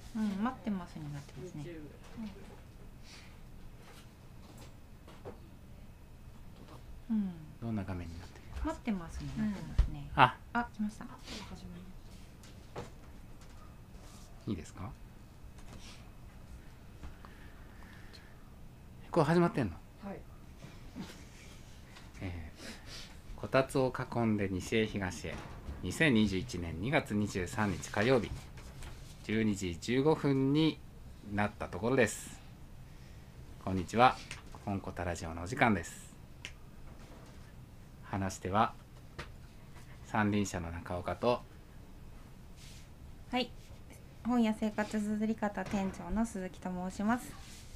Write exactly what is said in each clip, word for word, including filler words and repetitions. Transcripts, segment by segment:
うん、待ってますになってますね。うん、 どんな画面になってる？ 待ってますになってますね。 うん、あ、 あ、来ました。 いいですか？これ始まってんの？ はい。 えー、こたつを囲んで西へ東へ、にせんにじゅういちねんにがつにじゅうさんにち火曜日じゅうにじじゅうごふんになったところです。こんにちは、本こたラジオのお時間です。話しては三輪車の中岡と、 はい、本屋生活綴り方店長の鈴木と申します。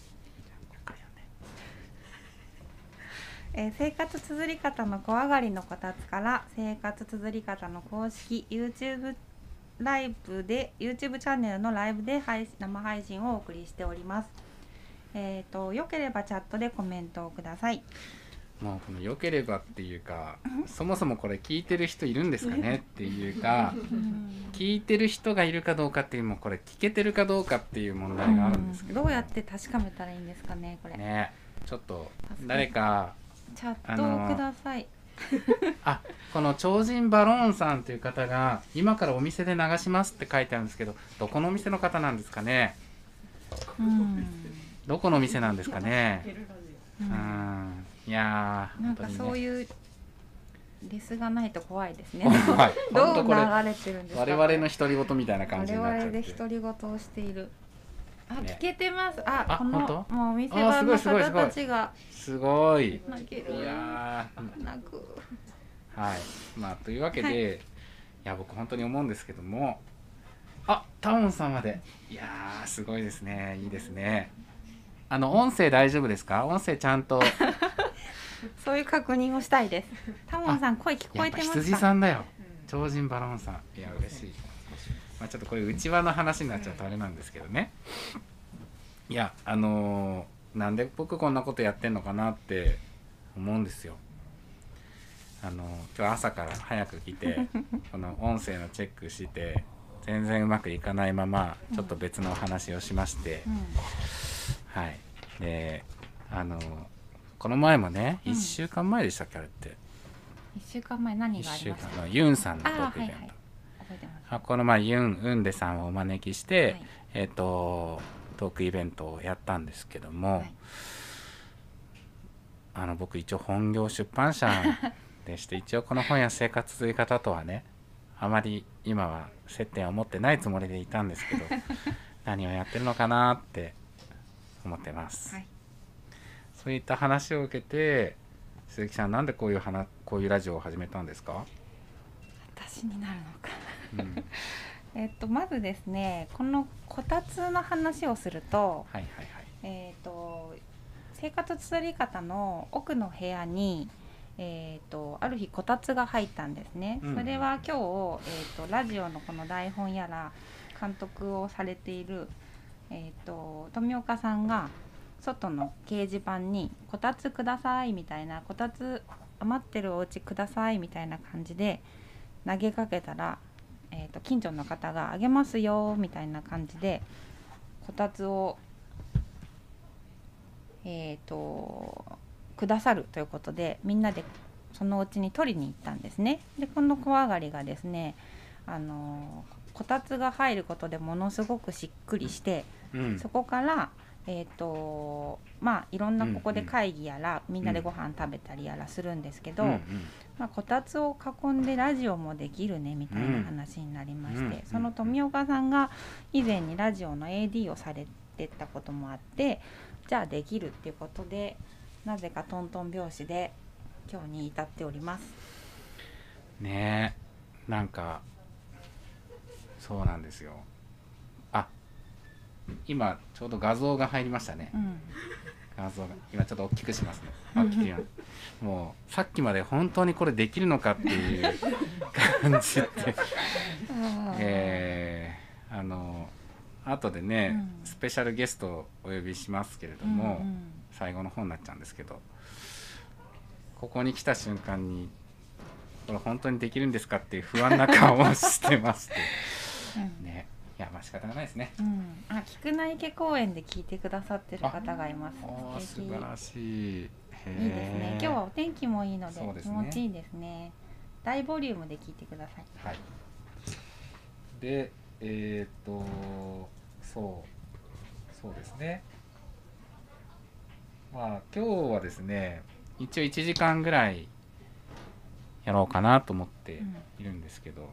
えー、生活綴り方の小上がりのこたつから生活綴り方の公式 YouTube ライブで YouTube チャンネルのライブで配生配信をお送りしております。えーと、よければチャットでコメントをください。 もうこの良ければっていうか、そもそもこれ聞いてる人いるんですかねっていうか、聞いてる人がいるかどうかっていうもこれ聞けてるかどうかっていう問題があるんですけど、 どうやって確かめたらいいんですかねこれね。ちょっと誰かチャットをください。 あ、この超人バローンさんという方が今からお店で流しますって書いてあるんですけど、どこのお店の方なんですかね。 うん、 どこのお店なんですかね。 うん、 うんいやーなんかそういうレスがないと怖いですね。 はい、 どう流れてるんですか。 我々の独り言みたいな感じになっちゃって。 我々で独り言をしている。あ、 ね、 聞けてます。あ、 あこの本当？ もうお店番の方たちがすごい。 泣ける。 いやー泣く。 はい。まあというわけで、はい、いや僕本当に思うんですけども、あ、タオンさんまで。いやーすごいですね。いいですね。あの音声大丈夫ですか？音声ちゃんとそういう確認をしたいです。タモンさん声聞こえてますか？ 羊さんだよ。超人バロンさん。いや嬉しい。まあちょっとこれ内輪の話になっちゃうとあれなんですけどね。いやあのー、なんで僕こんなことやってんのかなって思うんですよ。あのー、今日朝から早く来てこの音声のチェックして全然うまくいかないままちょっと別のお話をしまして、うんうん、はい。であのーこの前もね、うん、いっしゅうかんまえでしたっけあれって。 いっしゅうかんまえ何がありました？ ユンさんのトークイベント。あ、はいはい、覚えてます。この前ユンウンデさんをお招きして、はい、えっとトークイベントをやったんですけども、はい、あの僕一応本業出版社でして一応この本や生活という方とはね、あまり今は接点を持ってないつもりでいたんですけど、何をやってるのかなって思ってます。はい、そういった話を受けて鈴木さんなんでこういう話こういうラジオを始めたんですか？ 私になるのかな、うん、えっとまずですねこのこたつの話をすると、はいはいはい、えっと生活綴り方の奥の部屋に、えー、とある日こたつが入ったんですね、うん、それは今日、えー、とラジオのこの台本やら監督をされている、えー、と富岡さんが外の掲示板にこたつくださいみたいな、こたつ余ってるお家くださいみたいな感じで投げかけたら、えー、と近所の方があげますよみたいな感じでこたつを、えー、とくださるということでみんなでそのお家に取りに行ったんですね。でこの小上がりがですね、あのこたつが入ることでものすごくしっくりして、うん、そこからえーとまあ、いろんなここで会議やら、うんうん、みんなでご飯食べたりやらするんですけど、うんうんまあ、こたつを囲んでラジオもできるねみたいな話になりまして、うんうん、その富岡さんが以前にラジオの エーディー をされてたこともあって、じゃあできるっていうことでなぜかトントン拍子で今日に至っておりますね。えなんかそうなんですよ。今ちょうど画像が入りましたね、うん、画像が今ちょっと大きくしますね。大きくもうさっきまで本当にこれできるのかっていう感じでえー、あの後でね、うん、スペシャルゲストをお呼びしますけれども、うんうん、最後の方になっちゃうんですけど、ここに来た瞬間にこれ本当にできるんですかっていう不安な顔をしてまして、うん、ね。いやまあ仕方がないですね、 うん、あ菊名池公園で聞いてくださってる方がいます。 あ素晴らしい。いいですね。今日はお天気もいいの で, で、ね、気持ちいいですね。大ボリュームで聞いてください。 はい。でえっ、ー、とそうそうですね。まあ今日はですね一応いちじかんぐらいやろうかなと思っているんですけど、うん、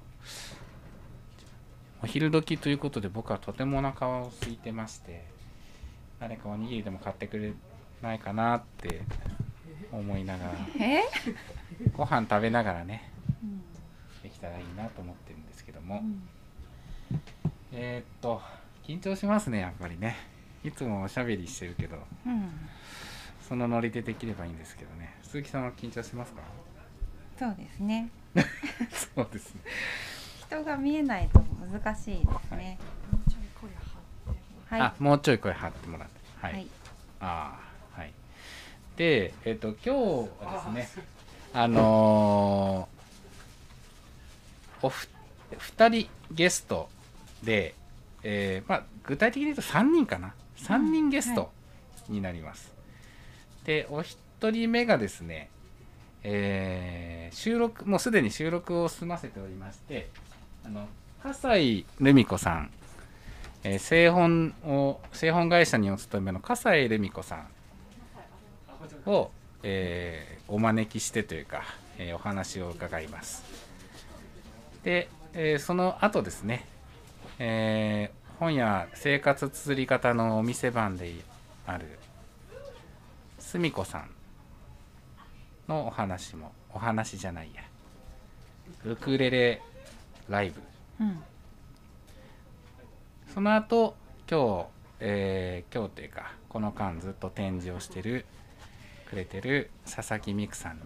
お昼時ということで僕はとてもお腹を空いてまして、誰かおにぎりでも買ってくれないかなって思いながらご飯食べながらね、うん、できたらいいなと思ってるんですけども、うん、えー、っと緊張しますねやっぱりね。いつもおしゃべりしてるけど、うん、そのノリでできればいいんですけどね。鈴木さんは緊張しますか？ そうですねそうですね。 人が見えないと難しいですね。 はい、あ、もうちょい声張ってもらって、はい、はい、ああ、はい。で、えっと今日はですね、あのー、おふふたりゲストで、えー、まあ具体的に言うとさんにんかな、さんにんゲストになります。うん、はい、で、お一人目がですね、えー、収録もうすでに収録を済ませておりまして、あの笠井留美子さん、えー、製本を製本会社にお勤めの笠井留美子さんを、えー、お招きしてというか、えー、お話を伺います。で、えー、その後ですね、えー、本屋生活綴り方のお店番であるすみこさんのお話もお話じゃないやウクレレライブ、うん、その後今日、えー、今日というかこの間ずっと展示をしてるくれてる佐々木美久さんの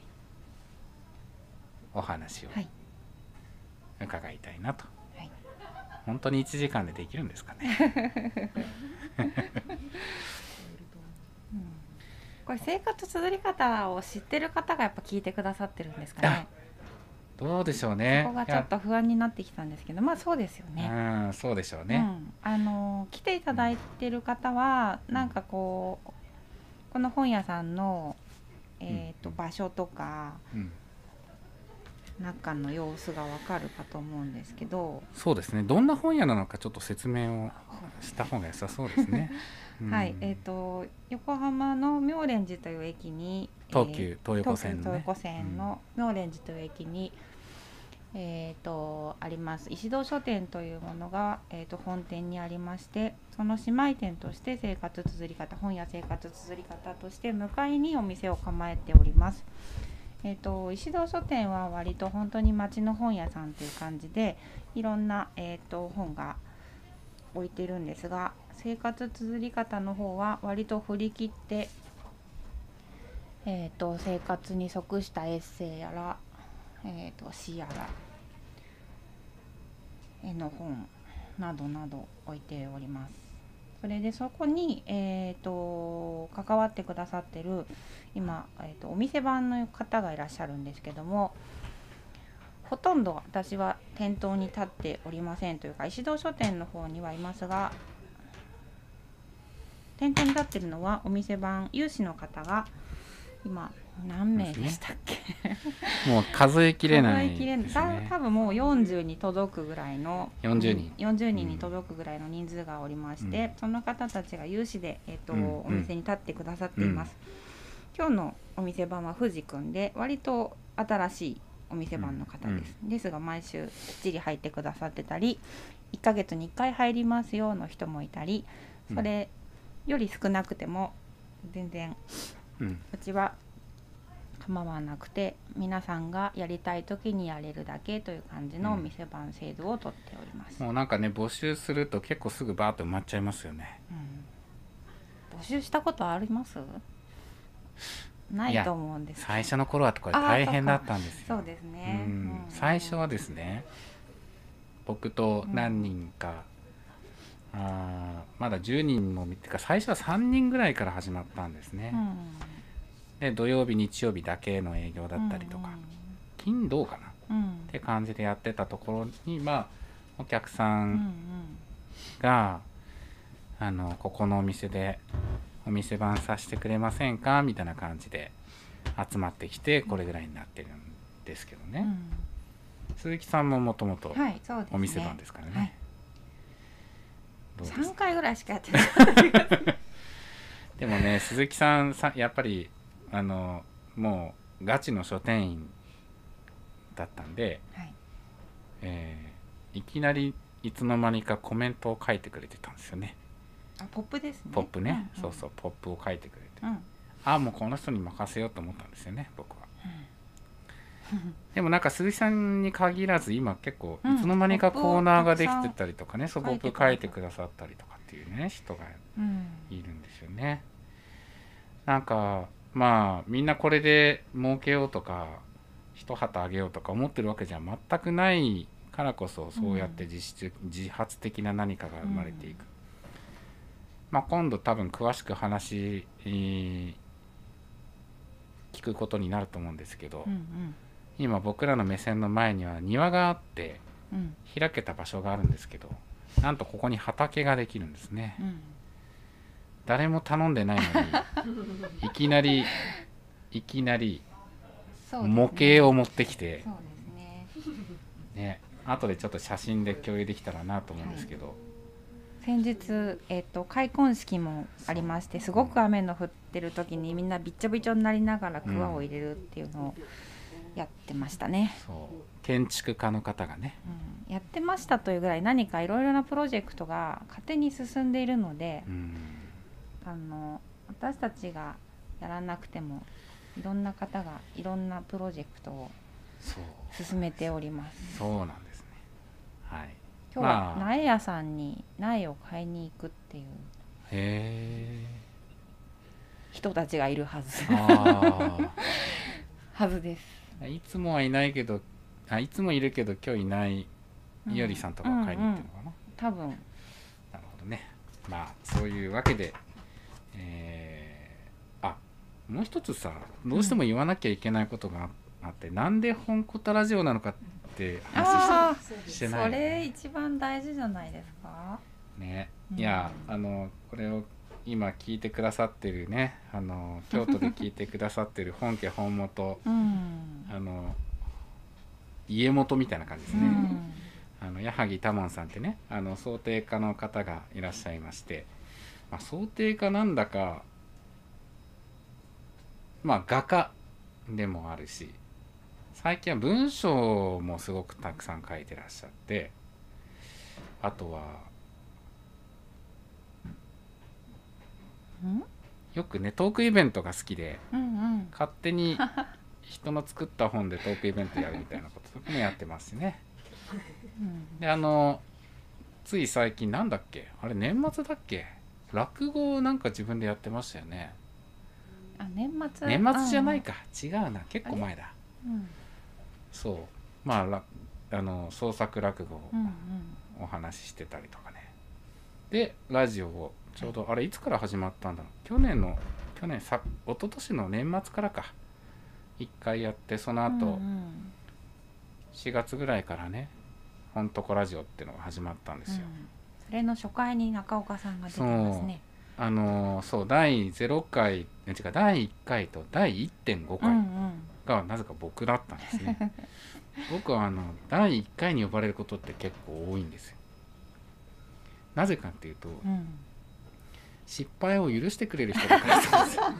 お話を伺いたいなと、はい、本当にいちじかんでできるんですかねうん、これ生活綴り方を知ってる方がやっぱ聞いてくださってるんですかね。 どうでしょうね。 そこがちょっと不安になってきたんですけど、まあそうですよね。 うん、そうでしょうね。うん、 あの来ていただいてる方は、うん、なんかこうこの本屋さんの、えーとうん、場所とか、うん、中の様子がわかるかと思うんですけど、 そうですね。どんな本屋なのかちょっと説明をした方が良さそうですね。 うん、はい、えーと横浜の妙蓮寺という駅に東急東横線の、ね、 東急東横線の妙蓮寺という駅に、うん、えーとあります石堂書店というものが、えーと本店にありまして、その姉妹店として生活綴り方本屋生活綴り方として向かいにお店を構えております。えーと石堂書店は割と本当に町の本屋さんという感じでいろんな、えーと本が置いてるんですが、生活綴り方の方は割と振り切って、えー、と生活に即したエッセイやら、えー、と詩やら絵の本などなど置いております。それでそこに、えー、と関わってくださってる今、えー、とお店番の方がいらっしゃるんですけども、ほとんど私は店頭に立っておりませんというか、石堂書店の方にはいますが、店頭に立ってるのはお店番有志の方が今何名でしたっけもう数えきれないですね。 数えきれない、多分もうよんじゅうに届くぐらいのよんじゅうにんよんじゅうにんに届くぐらいの人数がおりまして、うん、その方たちが有志で、えーとうん、お店に立ってくださっています。うん、今日のお店番は藤くんで割と新しいお店番の方です。うん、ですが毎週きっちり入ってくださってたり、いっかげつにいっかい入りますよの人もいたり、それより少なくても全然、うん、うちは構わなくて皆さんがやりたい時にやれるだけという感じのお店番制度をとっております。 うん、もうなんかね募集すると結構すぐバーッと埋まっちゃいますよね。 うん、募集したことあります？ないと思うんですけど。 最初の頃はこれ大変だったんですよ。 そうですね。 うんうん、最初はですね、僕と何人か、うん、あまだじゅうにんも見てか最初はさんにんぐらいから始まったんですね。うん、で土曜日日曜日だけの営業だったりとか、うんうん、金土かな、うん、って感じでやってたところに、まあお客さんが、うんうん、あのここのお店でお店番させてくれませんかみたいな感じで集まってきてこれぐらいになってるんですけどね、うん、鈴木さんももともとお店番ですからね、はいそうですね、はい、さんかいぐらいしかやってないでもね鈴木さんさやっぱりあのもうガチの書店員だったんで、はいえー、いきなりいつの間にかコメントを書いてくれてたんですよね。 あポップですね。 ポップね、うんうん、そうそうポップを書いてくれて、うん、あもうこの人に任せようと思ったんですよね僕は、うん、でもなんか鈴木さんに限らず今結構いつの間にかコーナーができてたりとかね、うん、そうポップ書いてくださったりとかっていうね人がいるんですよね、うん、なんかまあみんなこれで儲けようとか一旗あげようとか思ってるわけじゃ全くないからこそそうやって 自, 自発的な何かが生まれていく、うんまあ、今度多分詳しく話、えー、聞くことになると思うんですけど、うんうん、今僕らの目線の前には庭があって、うん、開けた場所があるんですけどなんとここに畑ができるんですね、うん、誰も頼んでないのにいきなりいきなり模型を持ってきてそうですね、ね、後でちょっと写真で共有できたらなと思うんですけど、はい先日、えーと、開墾式もありましてすごく雨の降ってる時にみんなびっちょびちょになりながら桑を入れるっていうのをやってましたね、 うん、そう建築家の方がね、 うん、やってましたというぐらい何かいろいろなプロジェクトが勝手に進んでいるので、うん、あの私たちがやらなくてもいろんな方がいろんなプロジェクトを進めております。 そうなんですね。はい今日は苗屋さんに苗を買いに行くっていう人たちがいるはずあはずです。 いつもはいないけどあいつもいるけど今日いないいおりさんとか買いに行ってるのかな、うんうんうん、 多分なるほどね。まあそういうわけで、えー、あもう一つさどうしても言わなきゃいけないことがあって、うん、なんで本コタラジオなのかって話し し, してない、 ね、それ一番大事じゃないですかね。いや、うん、あのこれを今聞いてくださってるねあの京都で聞いてくださってる本家本元、うん、あの家元みたいな感じですね、うん、あの矢作多門さんってねあの装丁家の方がいらっしゃいまして、まあ、装丁家なんだかまあ画家でもあるし最近は文章もすごくたくさん書いてらっしゃってあとはよくねトークイベントが好きで、うんうん、勝手に人の作った本でトークイベントやるみたいなこととかもやってますしね、うん、であのつい最近なんだっけあれ年末だっけ落語をなんか自分でやってましたよね。 あ年末年末じゃないか違うな結構前だ、うん、そうまああの創作落語をお話ししてたりとかね、うんうん、でラジオをちょうどあれいつから始まったんだろう去年の去年さ一昨年の年末からかいっかいやってその後、うんうん、しがつぐらいからねほんとこラジオっていうのが始まったんですよ、うん、 それの初回に中岡さんが出てますね。 あのそうだいゼロかい違うだいいっかいとだいいってんごかいがなぜか僕だったんですね、うんうん、僕はあのだいいっかいに呼ばれることって結構多いんですよ。なぜかっていうと、うん、失敗を許してくれる人が書いてたんですよ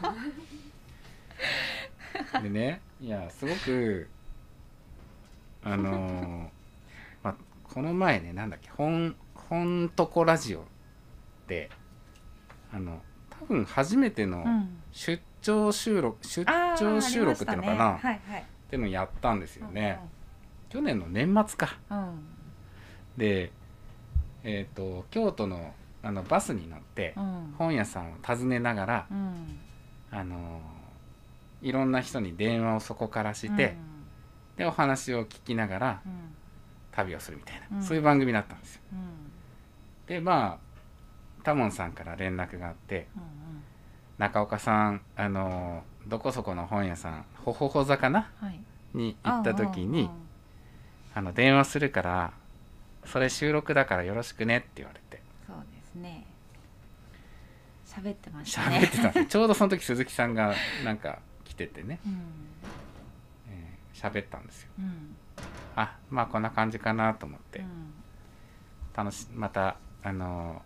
でねいやすごくあのまあこの前ねなんだっけ本本とこラジオであの多分初めての出張収録、うん、出張収録っていうのかな、ねはいはい、っていうのをやったんですよね、うんうん、去年の年末か、うん、でえーと京都のあのバスに乗って本屋さんを訪ねながら、うん、あのいろんな人に電話をそこからして、うん、でお話を聞きながら、うん、旅をするみたいな、うん、そういう番組だったんですよ、うん、でまあタモンさんから連絡があって、うんうん、中岡さんあのどこそこの本屋さんほほほ座かな、はい、に行った時にあの電話するからそれ収録だからよろしくねって言われて、 そうですね、喋ってましたね。 喋ってたんですよ。ちょうどその時鈴木さんがなんか来ててね、 うん、 えー、喋ったんですよ、 うん、 あ、まあこんな感じかなと思って、 うん、 楽しまたあの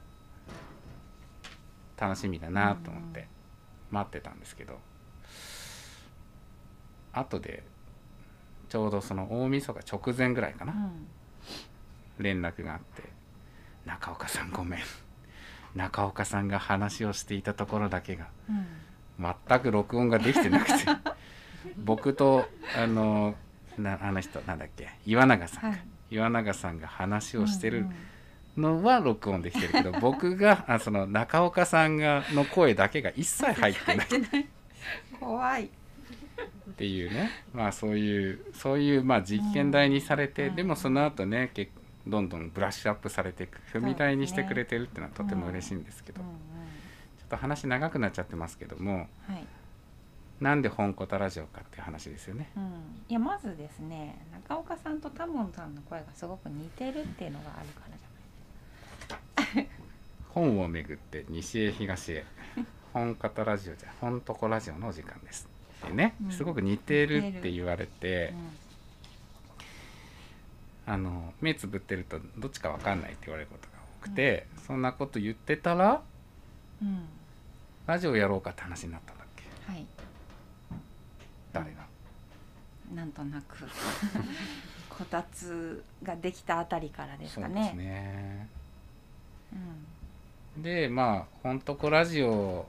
ー楽しみだなと思って待ってたんですけど、後でちょうどその大晦日直前ぐらいかな、うん、連絡があって、中岡さんごめん、中岡さんが話をしていたところだけが、うん、全く録音ができてなくて僕とあのなあの人なんだっけ、岩永さんが、はい、岩永さんが話をしてるのは録音できてるけど、うんうん、僕があその中岡さんがの声だけが一切入ってない怖いっていうね、まあそういうそういうまあ実験台にされて、うん、でもその後ね結どんどんブラッシュアップされていく踏み台にしてくれてるっていうのはとても嬉しいんですけど、うんうんうん、ちょっと話長くなっちゃってますけども、はい、なんで本コタラジオかっていう話ですよね、 うん、いやまずですね、中岡さんとタモンさんの声がすごく似てるっていうのがあるからじゃない本をめぐって西へ東へ本コタラジオじゃ本トコラジオのお時間ですでね、うん、すごく似てるって言われて、うん、あの目つぶってるとどっちか分かんないって言われることが多くて、うん、そんなこと言ってたら、うん、ラジオやろうかって話になったんだっけ、はい、誰が、 うん、なんとなくこたつができたあたりからですかね。 そうですね、うん、でまあ本当こラジオ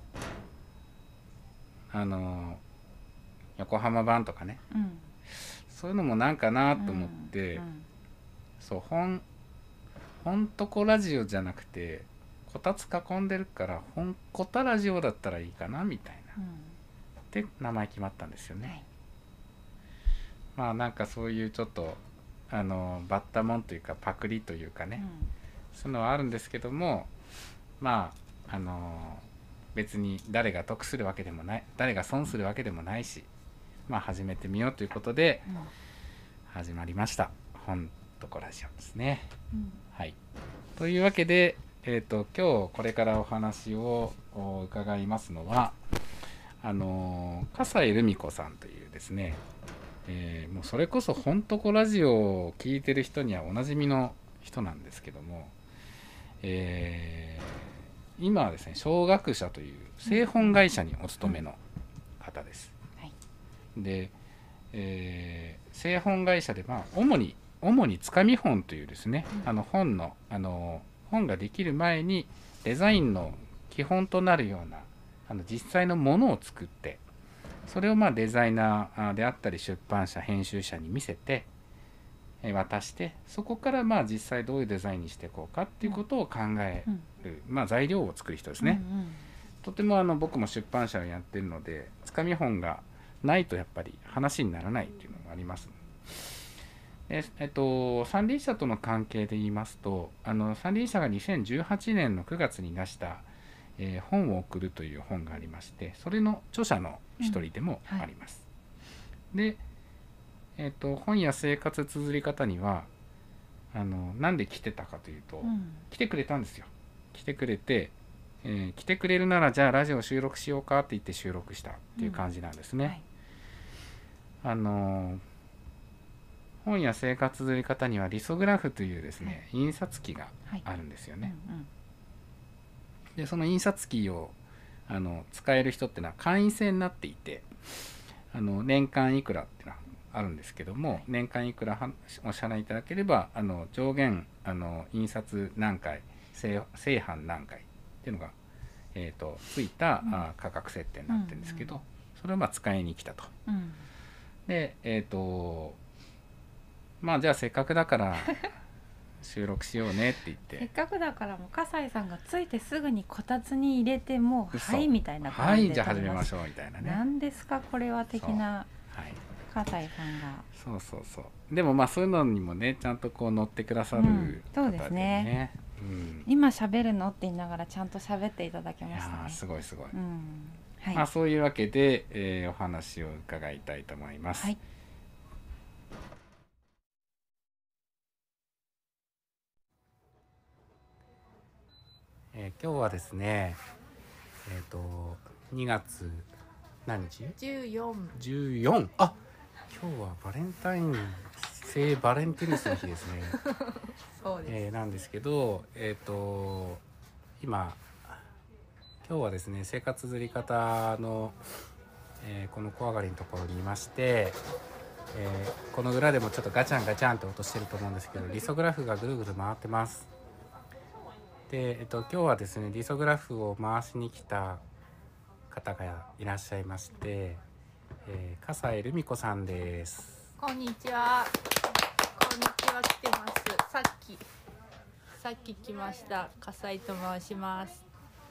あの横浜版とかね、うん、そういうのもなんかなと思って、うんうん、そう本本とこラジオじゃなくてこたつ囲んでるから本こたラジオだったらいいかなみたいな、うん、で名前決まったんですよね、はい、まあなんかそういうちょっとあのバッタモンというかパクリというかね、うん、そういうのはあるんですけども、まああの別に誰が得するわけでもない、誰が損するわけでもないし、まあ始めてみようということで始まりました、うん、本とこラジオですね、うん、はい。というわけで、えーと、今日これからお話を伺いますのはあの笠井留美子さんというですね、えー、もうそれこそ本とこラジオを聞いてる人にはおなじみの人なんですけども、えー、今はですね小学社という製本会社にお勤めの方です、うんはい、で、えー、製本会社で、まあ、主に主につかみ本というですね、うん、あの本のあの本ができる前にデザインの基本となるようなあの実際のものを作って、それをまあデザイナーであったり出版社編集者に見せて渡して、そこからまあ実際どういうデザインにしていこうかっていうことを考える、うん、まあ材料を作る人ですね、うんうん、とてもあの僕も出版社をやってるのでつかみ本がないとやっぱり話にならないっていうのがあります。でえっと、三輪車との関係で言いますと、あの三輪車がにせんじゅうはちねんのくがつに出した、えー、本を送るという本がありまして、それの著者の一人でもあります、うんはい、で、えっと、本や生活綴り方にはあのなんで来てたかというと、うん、来てくれたんですよ。来てくれて、えー、来てくれるならじゃあラジオ収録しようかって言って収録したっていう感じなんですね、うんはい、あの本や生活綴り方にはリソグラフというですね、はい、印刷機があるんですよね、はいうんうん、でその印刷機をあの使える人っていうのは会員制になっていて、あの年間いくらっていうのはあるんですけども、はい、年間いくらお支払いいただければあの上限あの印刷何回正版何回っていうのが、えー、とついた、うん、あ価格設定になってるんですけど、うんうん、それをまあ使いに来たと、うん、でえっ、ー、とまあじゃあせっかくだから収録しようねって言ってせっかくだからもう笠井さんがついてすぐにこたつに入れてもうはいみたいな感じではいじゃあ始めましょうみたいなね、 何ですかこれは的な笠井さんがそうそうそうでもまあそういうのにもねちゃんとこう乗ってくださる方で、ねうん、 そうですね、うん、今喋るのって言いながらちゃんと喋っていただきましたね。いやすごいすごい、 うんはいまあ、そういうわけで、えー、お話を伺いたいと思います、はいえー、今日はですねえっ、ー、とにがつ何日？ じゅうよん。 じゅうよん。あ、今日はバレンタイン聖バレンティヌスの日ですね。 そうです。 えー、なんですけど、えっ、ー、と今今日はですね生活釣り方の、えー、この小上がりのところにいまして。えー、この裏でもちょっとガチャンガチャンって音してると思うんですけど、リソグラフがぐるぐる回ってます。で、えっと、今日はですねリソグラフを回しに来た方がいらっしゃいまして、えー、笠井留美子さんです。 こんにちは。こんにちは、来てます。さっきさっき来ました笠井と申します。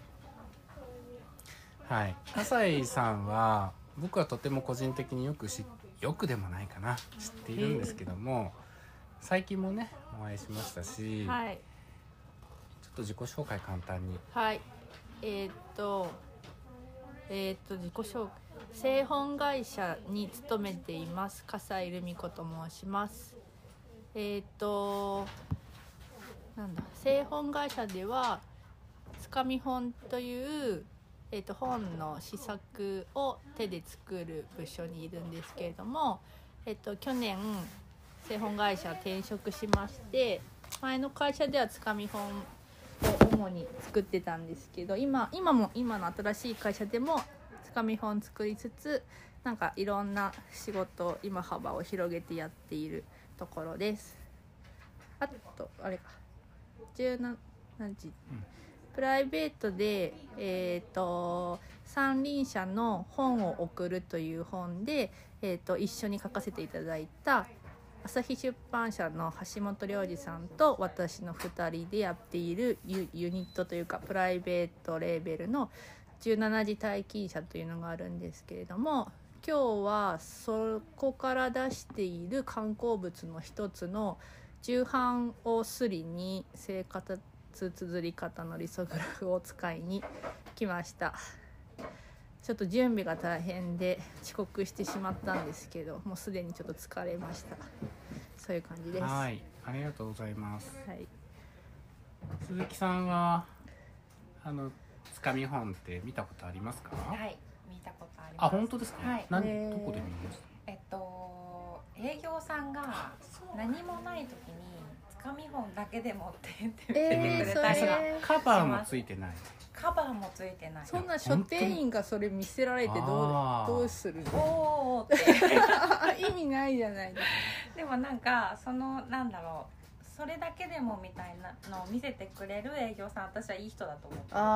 はい、笠井さんは僕はとても個人的によく知ってよくでもないかな知っているんですけども、えー、最近もねお会いしましたし、 はい、 ちょっと自己紹介簡単に。 はいえー、っとえー、っと自己紹介製本会社に勤めています笠井留美子と申します。えー、っとなんだ製本会社ではつかみ本というえー、と本の試作を手で作る部署にいるんですけれども、えー、と去年製本会社転職しまして、前の会社ではつかみ本を主に作ってたんですけど、今今も今の新しい会社でもつかみ本作りつつ、なんかいろんな仕事今幅を広げてやっているところです。あとあれかじゅう何時、うんプライベートで、えー、と三輪車の本を送るという本で、えー、と一緒に書かせていただいた朝日出版社の橋本良二さんと私のふたりでやっている ユ, ユニットというかプライベートレーベルのじゅうななじ退勤者というのがあるんですけれども、今日はそこから出している刊行物の一つの重版をすりに生活綴り方のリソグラフを使いに来ました。ちょっと準備が大変で遅刻してしまったんですけど、もうすでにちょっと疲れました。そういう感じです。 はい、ありがとうございます。 はい、 鈴木さんはあのつかみ本って見たことありますか？ はい、見たことあります。 あ、本当ですか？ はい、 何どこで見ました？ えっと営業さんが何もない時につかみ本だけで持ってってくれたりは、 えー、カバーもついてない。 カバーもついてない。 そんな書店員がそれ見せられてどうどうするの？ おーって意味ないじゃないですか。 でもなんかそのなんだろう、それだけでもみたいなのを見せてくれる営業さん、私はいい人だと思ってるから、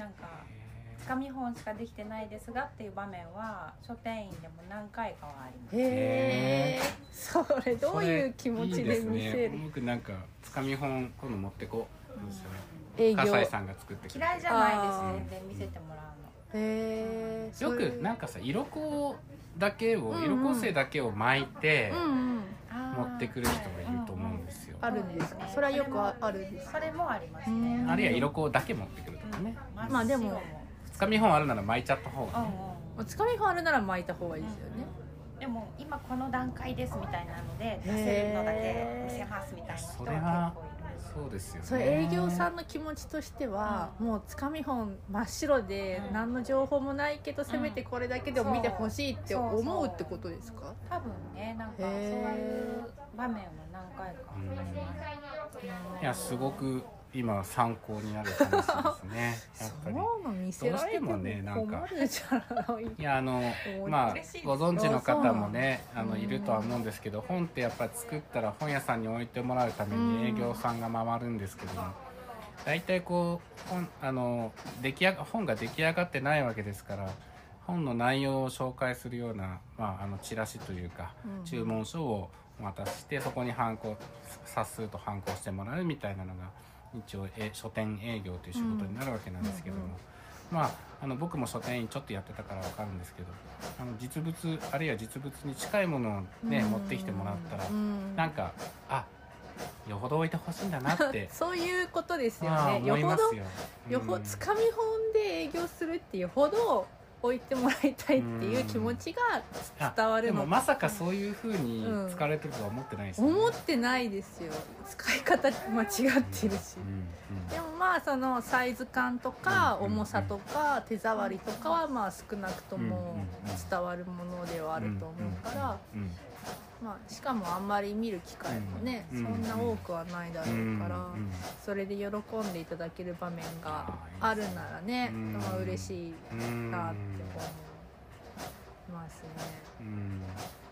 なんかつかみ本しかできてないですがっていう場面は書店員でも何回かはあります。 へえ、それどういう気持ちで見せる？ いいですね、僕なんかつかみ本今度持ってこう、うん、 営業笠井さんが作ってくれて嫌いじゃないです、全然見せてもらうの。 へえ、よくなんかさ色粉だけを、うんうん、色構成だけを巻いて、うんうん、持ってくる人がいると思うんですよ。 あるんですか？それはよくあるんですか？ それもありますね。 あるいは色粉だけ持ってくるとかね、 うん、まあでもつかみ本あるなら巻いちゃった方がね、 うんうん、つかみ本あるなら巻いた方がいいですよね。 でも今この段階ですみたいなので出せるのだけ見せますみたいな人は結構いる。 そうですよね。 それ営業さんの気持ちとしては、うん、もうつかみ本真っ白で、うん、何の情報もないけど、うん、せめてこれだけでも見てほしいって思うってことですか？ 多分ね、なんかそういう場面は何回かあります。 いや、すごく今参考になる話ですね。やっぱりそうの見せられても困るじゃない。 いや、あのまあご存知の方もね、あのいるとは思うんですけど、本ってやっぱり作ったら本屋さんに置いてもらうために営業さんが回るんですけども、大体こう本あの出来上が本が出来上がってないわけですから、本の内容を紹介するような、まあ、あのチラシというか、うん、注文書を渡して、そこにハンコさっするとハンコしてもらうみたいなのが一応え書店営業という仕事になるわけなんですけども、うんうんうん、まあ、あの僕も書店員ちょっとやってたから分かるんですけど、あの実物あるいは実物に近いものをね、うん、持ってきてもらったら、うん、なんかあよほど置いてほしいんだなってそういうことですよね。よほど、うん、よほどつかみ本で営業するっていうほど置いてもらいたいっていう気持ちが伝わるの。 でもまさかそういう風に使われてるとは思ってないですよね、 うん、思ってないですよ。使い方間違ってるし、うんうんうん、でもまああそのサイズ感とか重さとか手触りとかはまあ少なくとも伝わるものではあると思うから、まあ、しかもあんまり見る機会もね、そんな多くはないだろうから、それで喜んでいただける場面があるならね、まあ嬉しいなって思いますね。 うん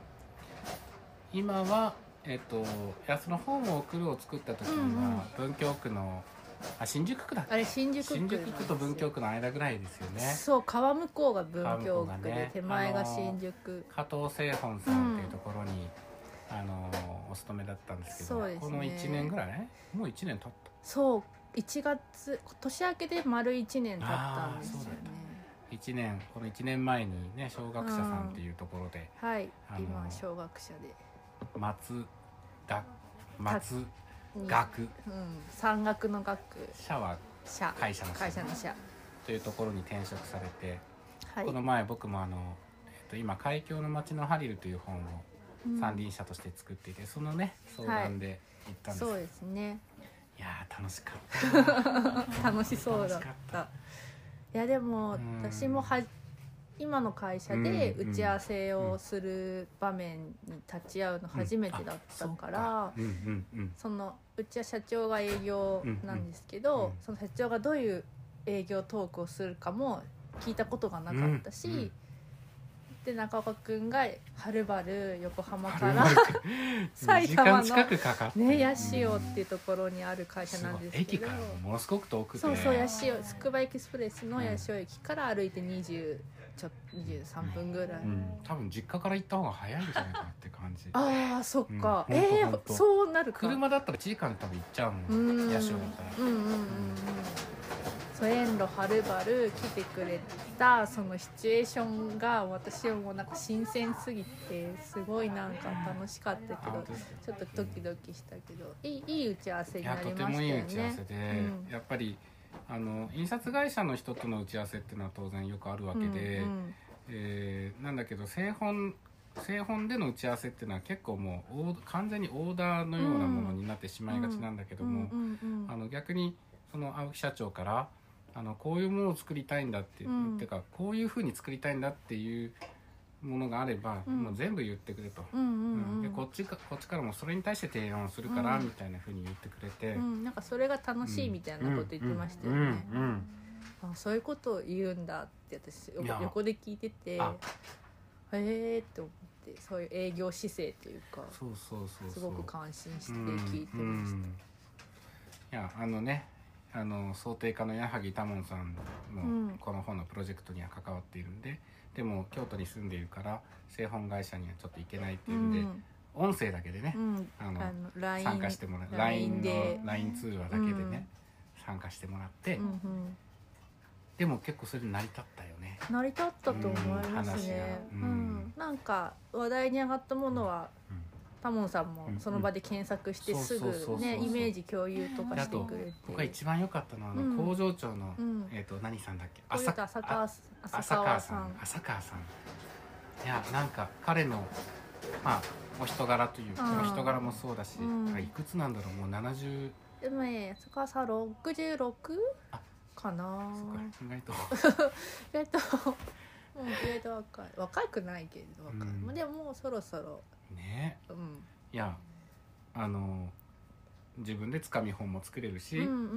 今はえっと、いやそのホームを送るを作った時には文京区のあ新宿区だっけ、 あれ新宿区新宿区と文京区の間ぐらいですよね。 そう川向こうが文京区で、ね、手前が新宿。 加藤清本さんっていうところに、うん、あのお勤めだったんですけど、 そうですね、 このいちねんぐらいもういちねん経った。 そういちがつ年明けで丸いちねん経ったんですよね。 いちねんこのいちねんまえにね小学者さんっていうところで、 うん、はい今小学者で松だ松学、うん、 山岳の学社は社会社の社会社の社というところに転職されて、 はい、 この前僕もあの、えっと、今海峡の街のハリルという本を三輪車として作っていて、うん、そのね相談で行ったんです、 はい、そうですね。 いや楽しかった楽しそうだった。いやでも私もは今の会社で打ち合わせをする場面に立ち会うの初めてだったから、そのうちは社長が営業なんですけど、その社長がどういう営業トークをするかも聞いたことがなかったし、で中岡くんがはるばる横浜から埼玉のね八潮っていうところにある会社なんですけど、 駅からものすごく遠くて、 そうそう八潮つくばエクスプレスの八潮駅から歩いてにじゅうちょにじゅうさんぷんぐらい、うんうん、多分実家から行った方が早いんじゃないかなって感じ。 ああそっか、うん、えー、そうなるか。 車だったらいちじかんで多分行っちゃうもん、八潮だったら。 うんうんうんうん、そう遠路はるばる来てくれたそのシチュエーションが私はもうなんか新鮮すぎてすごいなんか楽しかったけど、ちょっとドキドキしたけど、いい、いい打ち合わせになりましたよね。 いやとてもいい打ち合わせで、うん、やっぱりあの印刷会社の人との打ち合わせっていうのは当然よくあるわけで、うんうんえー、なんだけど製本製本での打ち合わせっていうのは結構もう完全にオーダーのようなものになってしまいがちなんだけども、あの逆にその青木社長からあのこういうものを作りたいんだっていう、うん、てかこういうふうに作りたいんだっていうものがあれば、うん、もう全部言ってくれと、うんうんうん、でこっちかこっちからもそれに対して提案をするから、うん、みたいなふうに言ってくれて、 うん、なんかそれが楽しいみたいなこと言ってましたよね、うんうんうんうん、あそういうことを言うんだって私横で聞いててへえって思って、そういう営業姿勢というかそうそうそうそうすごく感心して聞いてました、うんうん、いやあのねあの想定家の矢作多門さんもこの本のプロジェクトには関わっているんで、うん、でも京都に住んでいるから製本会社にはちょっと行けないっていうんで、うん、音声だけでね、うん、あのあの参加してもらって ライン の ライン 通話だけでね、うん、参加してもらって、うんうん、でも結構それで成り立ったよね。 成り立ったと思いますね、うんうん、なんか話題に上がったものは、うんタモンさんもその場で検索してすぐねイメージ共有とかしてくれて、 僕が一番良かったのはあの工場長の、うん、えっ、ー、と何さんだっけ、 浅川さん浅川さん浅川さんいやなんか彼のまあお人柄というか、うん、お人柄もそうだし、うん、いくつなんだろうもうななじゅうでもね浅川さんろくじゅうろくかな。 そうか意外と意外ともう意外と若い若くないけど若い、うん、でももうそろそろね、 うん、 いやあの自分でつかみ本も作れるし、うんうんうん、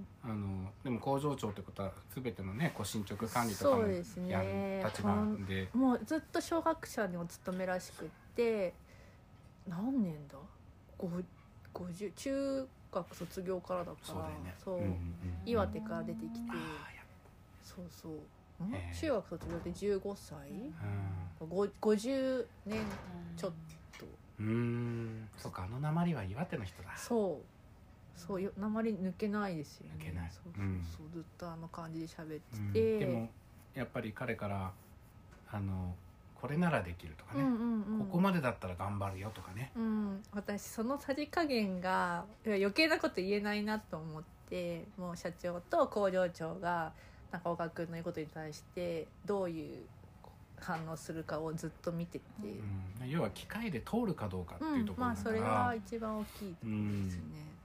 あのでも工場長ってことは全てのねこう進捗管理とかもやる立場で、 もうずっと小学者にお勤めらしくって何年だごじゅう中学卒業からだからそうだよね、そう、うんうんうん、岩手から出てきて、そうそう中学卒業でじゅうごさい、うん、ごじゅうねんちょっと、 うーんそうかあの訛りは岩手の人だ。 そうそう訛り抜けないですよね。 抜けない。 そうそうそう、うん、ずっとあの感じで喋ってて、 うん、でもやっぱり彼からあのこれならできるとかね、うんうんうん、ここまでだったら頑張るよとかね、 うん、私そのさじ加減が余計なこと言えないなと思って、もう社長と工場長が中岡君の言うことに対してどういう反応するかをずっと見てて、 うん、要は機械で通るかどうかっていうところだから、 うん、まあそれは一番大きいところですね、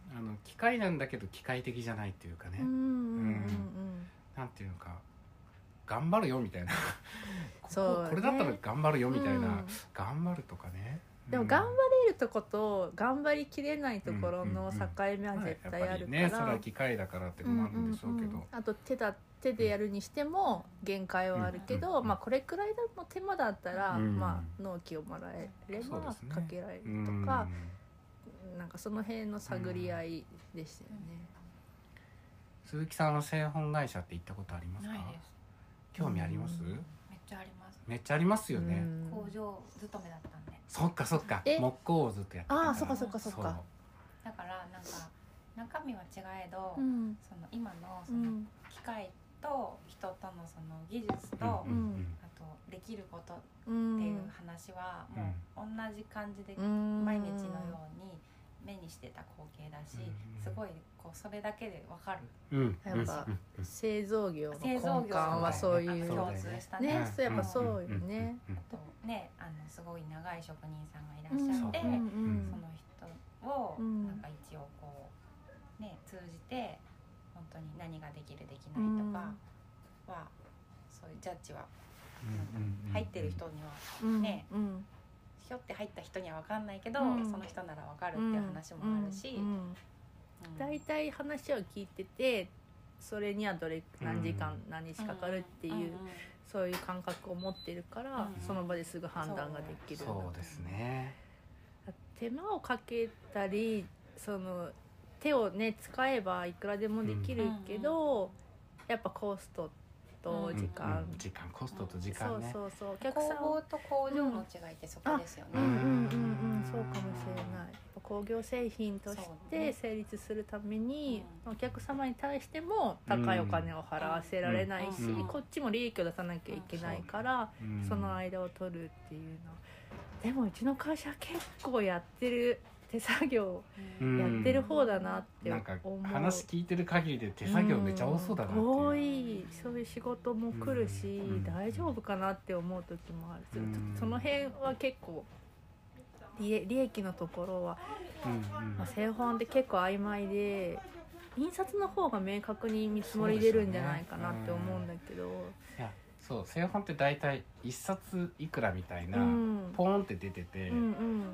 あの機械なんだけど機械的じゃないっていうかね、 うんうんうんうん、 なんていうのか頑張るよみたいなそう、ね、 これだったら頑張るよみたいな、うん、頑張るとかね。 でも頑張れるとこと頑張りきれないところの境目は絶対あるから、 やっぱりね、それは機械だからってのもあるんでしょうけど、うんうんうん、 あと手だ手でやるにしても限界はあるけど、うんうんうん、まあ、これくらいの手間だったら、うん、まあ、納期をもらえればかけられるとか、ね、うん、なんかその辺の探り合いでしたよね、 うん、鈴木さんは製本会社って行ったことありますか？ ないです。 興味あります？うん、 めっちゃあります。 めっちゃありますよね、 うん、工場勤めだったんで。 そっかそっか、木工をずっとやってたから。 ああ、そっかそっかそっか。 だからなんか中身は違えど、 うん、 その今のその機械と人とのその技術と、うん、あとできることっていう話はもう同じ感じで毎日のように目にしてた光景だし、すごいこうそれだけで分かる、 うん、やっぱ製造業の根幹はそういう共通したね、 ね、そうやっぱそうよね、 あとね、あのすごい長い職人さんがいらっしゃって、うんうん、その人をなんか一応こうね通じて本当に何ができるできないとかは、そういうジャッジは入ってる人にはね、うんうん、ひょって入った人には分かんないけど、うん、その人なら分かるっていう話もあるし、うんうんうん、 だいたい話を聞いててそれにはどれ何時間何日かかるっていう、うんうんうん、そういう感覚を持ってるから、うんうん、その場ですぐ判断ができる。 そうですね。 手間をかけたりその手をね使えばいくらでもできるけど、うんうん、やっぱコストと時間、 うんうん、時間コストと時間ね、 そうそうそう、お客さん工房と工場の違いってそこですよね、 うん、うんうんうんうんそうかもしれない。工業製品として成立するために、ね、お客様に対しても高いお金を払わせられないし、うん、こっちも利益を出さなきゃいけないから、うん、その間を取るっていうの。でもうちの会社は結構やってる手作業やってる方だなって思う、 うん、なんか話聞いてる限りで手作業めっちゃ多そうだなっていう、 うん、多い。そういう仕事も来るし、うん、大丈夫かなって思う時もある、うん、その辺は結構利, 利益のところは、うんうんまあ、製本って結構曖昧で印刷の方が明確に見積もり出るんじゃないかなって思うんだけど、 いやそう製本って大体一冊いくらみたいな、うん、ポーンって出てて、うんうん、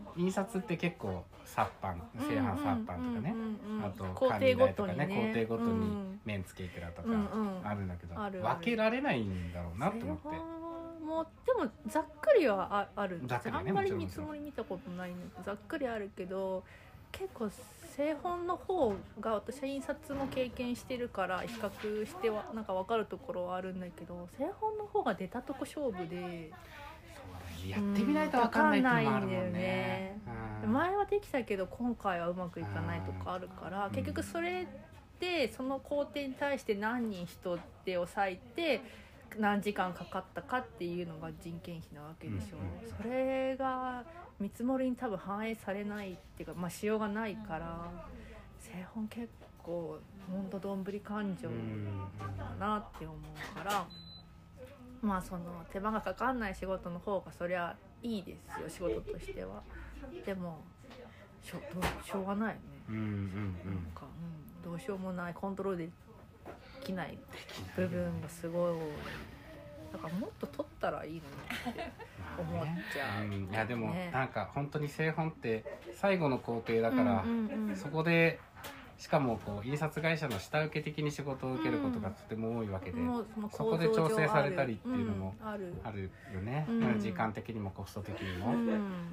印刷って結構殺版製版殺版とかね、うんうん、あと管理代とかね工程ごとに面付けいくらとかあるんだけど、うんうん、分けられないんだろうなと思って。 もうでもざっくりは あ, あるんです、ね、あんまり見積もり見たことないんだけどざっくりあるけど結構製本の方が私は印刷も経験してるから比較してはなんか分かるところはあるんだけど製本の方が出たとこ勝負でそうやってみないと分かんないってのもあるもんね、 うん、前はできたけど今回はうまくいかないとかあるから結局それでその工程に対して何人人で抑えて何時間かかったかっていうのが人件費なわけでしょ、うん、それが見積もりに多分反映されないっていうか、まあ、しようがないから製本結構ほんとどんぶり勘定だなって思うから、まあその手間がかかんない仕事の方がそりゃいいですよ仕事としては。でもし ょ, しょうがないよね、うんうんうん、なんか、うん、どうしようもないコントロールでできない部分がすごい多い。だからもっと取ったらいいのにって思っちゃう、 ねうん、いやでもなんか本当に製本って最後の工程だから、うんうんうん、そこでしかもこう印刷会社の下請け的に仕事を受けることがとても多いわけで、うん、そこで調整されたりっていうのもあるよね、うん、時間的にもコスト的にも、うん、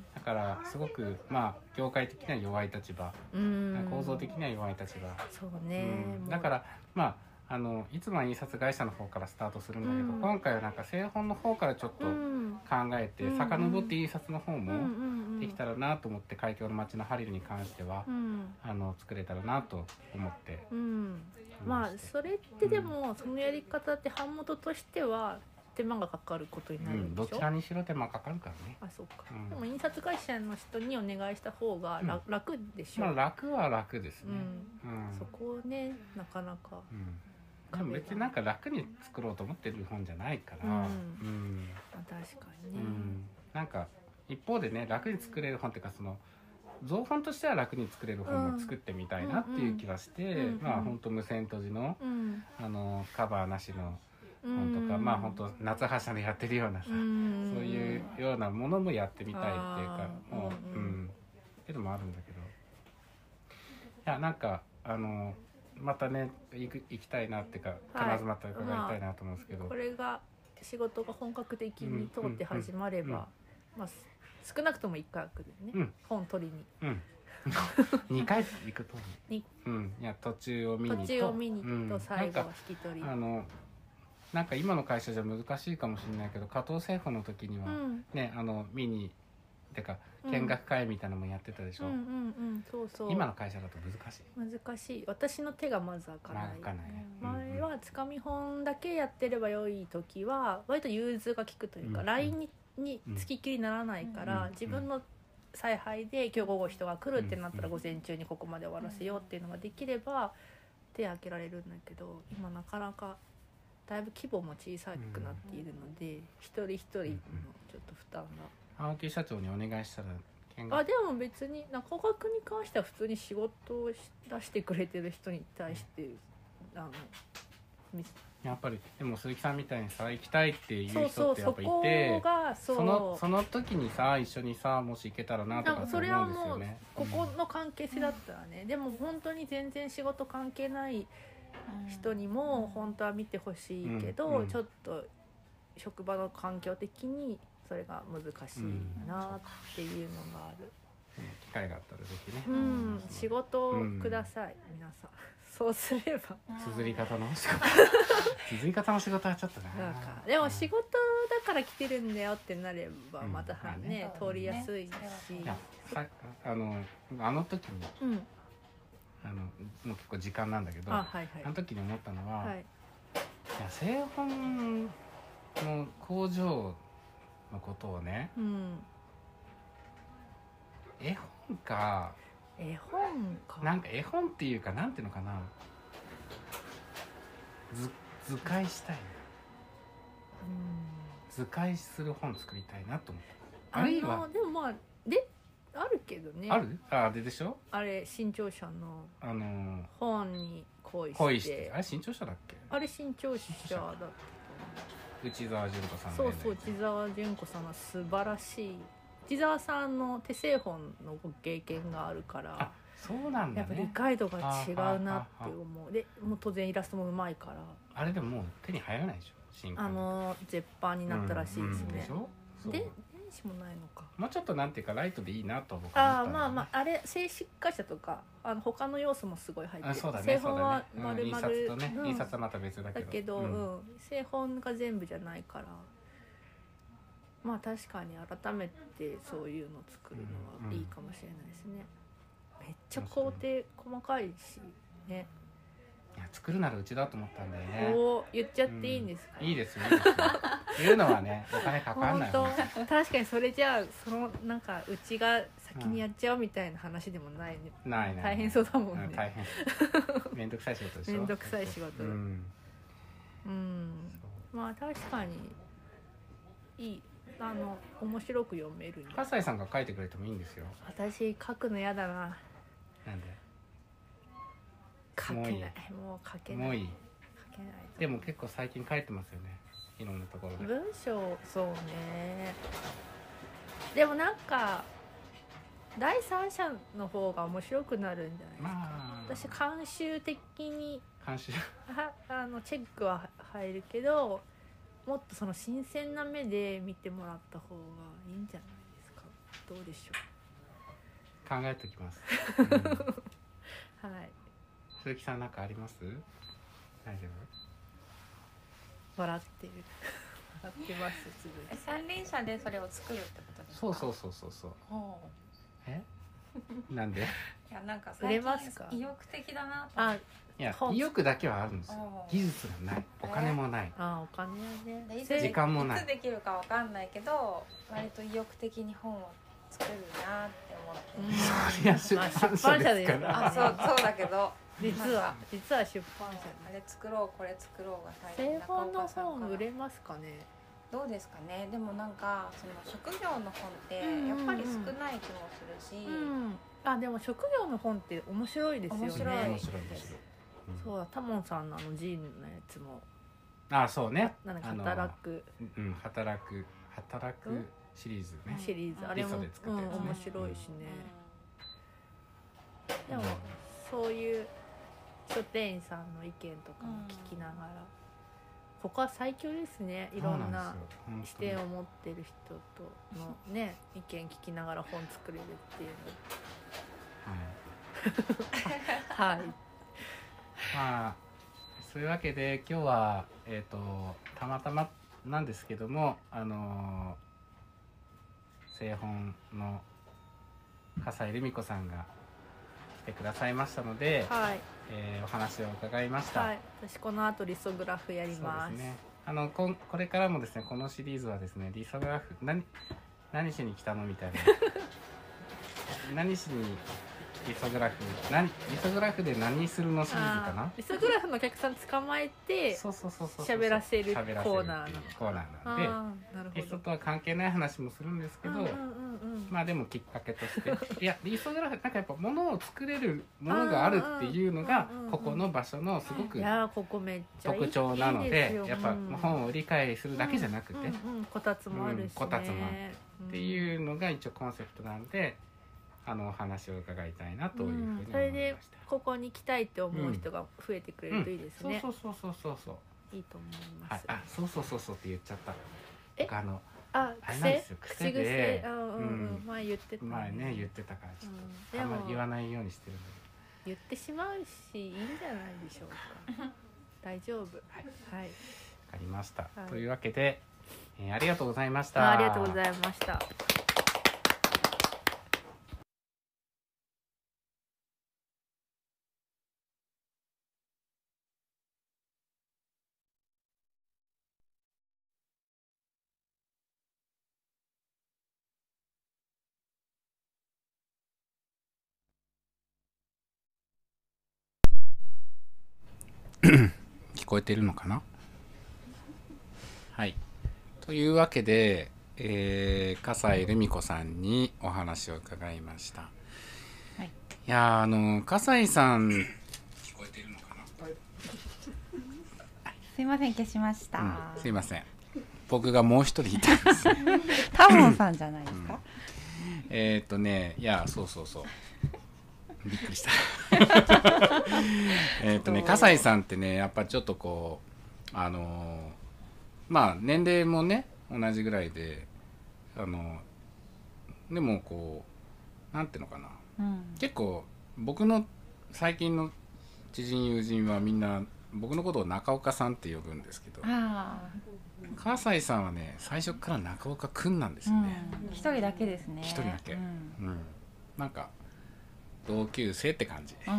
だからすごくまあ業界的には弱い立場、うん、構造的には弱い立場、 そうね、 うん、だからまああのいつもは印刷会社の方からスタートするんだけど、うん、今回はなんか製本の方からちょっと考えて、うん、遡って印刷の方もできたらなと思って海峡の街のハリルに関しては、うん、あの作れたらなと思って、うん、 まあそれってでも、うん、そのやり方って版元としては手間がかかることになるんでしょ、 うん、どちらにしろ手間かかるからね。 あ、そうか、うん、でも印刷会社の人にお願いした方が 楽,、うん、楽でしょ、 まあ、楽は楽ですね、 うんうん、そこをねなかなか、うんでも別になんか楽に作ろうと思ってる本じゃないから、うんうんまあ、確かにね、うん、 なんか一方でね楽に作れる本っていうかその造本としては楽に作れる本も作ってみたいなっていう気がして、 うんうん、 まあ本当無線閉じの、 うん、 あのカバーなしの本とか、 うん、 まあ本当夏葉社でやってるようなさ、うん、そういうようなものもやってみたいっていうか、もう、うん、っていうのもあるんだけど、いやなんかあのまたね行く行きたいなっていうか、必ずまた伺いたいなと思うんですけど、まあ、 これが仕事が本格的に通って始まれば、うんうんうん、まあ少なくともいっかい来るね、うん、本取りに、うん、 にかい行くと思う、うん、いや途中を見にと途中を見にと最後は引き取り、うん、 あのなんか今の会社じゃ難しいかもしれないけど、加藤製法の時には、うん、ねあの見にてか見学会みたいなのもやってたでしょ、うんうんうん、そうそう今の会社だと難しい難しい私の手がまず開かない、まあ、ない前はつかみ本だけやってれば良い時は割と融通が利くというか、うん、ライン にに付きっきりにならないから、うん、自分の采配で今日午後人が来るってなったら午前中にここまで終わらせようっていうのができれば手開けられるんだけど、今なかなかだいぶ規模も小さくなっているので、うん、一人一人のちょっと負担が、 青木社長にお願いしたらあでも別に中学に関しては普通に仕事を出してくれてる人に対してあのやっぱりでも鈴木さんみたいにさ行きたいっていう人ってやっぱいて、そのその時にさ一緒にさもし行けたらなとかそれはもうここの関係性だったらね、うん、でも本当に全然仕事関係ない人にも本当は見てほしいけど、うん、ちょっと職場の環境的にそれが難しいなっていうのがある、 うん、機会があったらぜひね、 うん、仕事をください、うん、皆さんそうすれば綴り方の仕事綴り方の仕事はちょっとねなんかでも仕事だから来てるんだよってなればまたね、うんね、通りやすいし、 いやさあのあの時に、うん、あのもう結構時間なんだけど あ,、はいはい、あの時に思ったのは、はい、いや製本の工場のことをね、うん、絵本か絵本かなんか絵本っていうかなんていうのかな、図図解したい、うん、図解する本作りたいなと思った。あるいはでもまあであるけどね、 あるあででしょ、 あれ新潮社のあの本に恋して、 恋してあれ新潮社だっけ、 あれ新潮社だった内澤純子さんの、 そうそう内澤純子さんは素晴らしい、内澤さんの手製本のご経験があるからあそうなんだ、ね、 やっぱ理解度が違うなって思う。でもう当然イラストもうまいから、 あれでももう手に入らないでしょ新刊、 あの絶版になったらしいですね、うんうん、でしょで電子もないのか、 もうちょっとなんていうかライトでいいなと僕は思った、 ね、あまあまああれ静止画社とかあの他の要素もすごい入ってる、 そうだね、 製本は丸々、 うん、印刷とね、うん、印刷はまた別だけどだけど、うんうん、製本が全部じゃないからまあ確かに改めてそういうのを作るのはいいかもしれないですね、うん、めっちゃ工程細かいしね、 いや作るならうちだと思ったんだよね。 お言っちゃっていいんですか、 うん、いいですよいいですよ言うのはねお金かかんない本当確かにそれじゃあそのなんかうちが先にやっちゃうみたいな話でもないね、 うん、ないね大変そうだもんね、 うん、大変めんどくさい仕事でしょ、 めんどくさい仕事、うん、うん、まあ確かにいい、あの面白く読める。 笠井さんが書いてくれてもいいんですよ。 私書くの嫌だな。 なんで？ 書けない。もう書けない。 もういい。 書けない。 でも結構最近書いてますよね。いろんなところで。 文章そうね。でもなんか第三者の方が面白くなるんじゃないですか。まあ、私監修的に監修はあのチェックは入るけど。もっとその新鮮な目で見てもらった方がいいんじゃないですか。どうでしょう。考えておきます。うん、 はい。 鈴木さんなんかあります？大丈夫？笑ってる。笑ってます。 え、三輪車でそれを作るってことですか？ そうそうそうそうそう。え？なんで？ いやなんか最近意欲的だなと。 あ、 いや意欲だけはあるんですよ。技術がない、お金もない。 あ、お金はね。 時間もない。 いつできるかわかんないけど、割と意欲的に本を作るなって思って。 そりゃ出版社ですから。 あ、そうそうだけど。 実は実は出版社。 あれ作ろうこれ作ろうが大変な。製本の本売れますかね。 どうですかね。でもなんかその職業の本ってやっぱり少ない気もするし、 うんうん、あでも職業の本って面白いですよね。 面白い面白い面白い、 うん、そうだ、タモンさんのあのジーンのやつも、 あそうね、 なんか働く、 うん、働く働くシリーズね、 シリーズ、あれも、 で作ったやつね、 うん、面白いしね、うん、でも、 うん、 そういう書店員さんの意見とかも聞きながら、うん、ここは最強ですね。いろんな視点を持ってる人とのね意見聞きながら本作れるっていうのはい、はい、 まあそういうわけで今日はえっとたまたまなんですけども、あのー、製本の笠井留美子さんが来てくださいましたので、 はい、 えー、お話を伺いました。 はい、私この後リソグラフやります。 そうですね、あの こ, これからもですね、このシリーズはですね、リソグラフ何何しに来たのみたいな何しにリソグラフ何リソグラフで何するのシリーズかな。 リソグラフのお客さん捕まえて喋らせるコーナーなのコーナーなんで、リソとは関係ない話もするんですけど、まあでもきっかけとしていやリソグラフなんかやっぱ物を作れるものがあるっていうのがここの場所のすごく特徴なので、やっぱ本を理解するだけじゃなくて、 こたつもあるしね、 こたつもあるっていうのが一応コンセプトなんで、あのお話を伺いたいなというふうに思いました。 それでここに来たいって思う人が増えてくれるといいですね。 そうそうそうそうそういいと思います。 あ、そうそうそうそうって言っちゃった。 え、 あのあ、 あれなんですよ、癖で、 うんうん、前言ってた。 前ね言ってたからちょっとあんまり言わないようにしてるんだけど。言ってしまうしいいんじゃないでしょうか。大丈夫。はい。 はい。わかりました。というわけで、えー、ありがとうございました。 ありがとうございました。 聞こえてるのかな。はい。というわけで、えー、笠井留美子さんにお話を伺いました。はい、いやあの笠井さん聞こえてるのかな。 すいません、消しました。 うん、すいません。僕がもう一人いたんです。 タモンさんじゃないですか。うん、 えー、っとね、いやそうそうそう。びっくりしたえっとね笠井さんってねやっぱちょっとこうあのー、まあ年齢もね同じぐらいであのでもこうなんていうのかな、うん、結構僕の最近の知人友人はみんな僕のことを中岡さんって呼ぶんですけど、笠井さんはね最初から中岡くんなんですよね。 一、うん、人だけですね。 一人だけ、うんうん、なんか同級生って感じ、うんうん、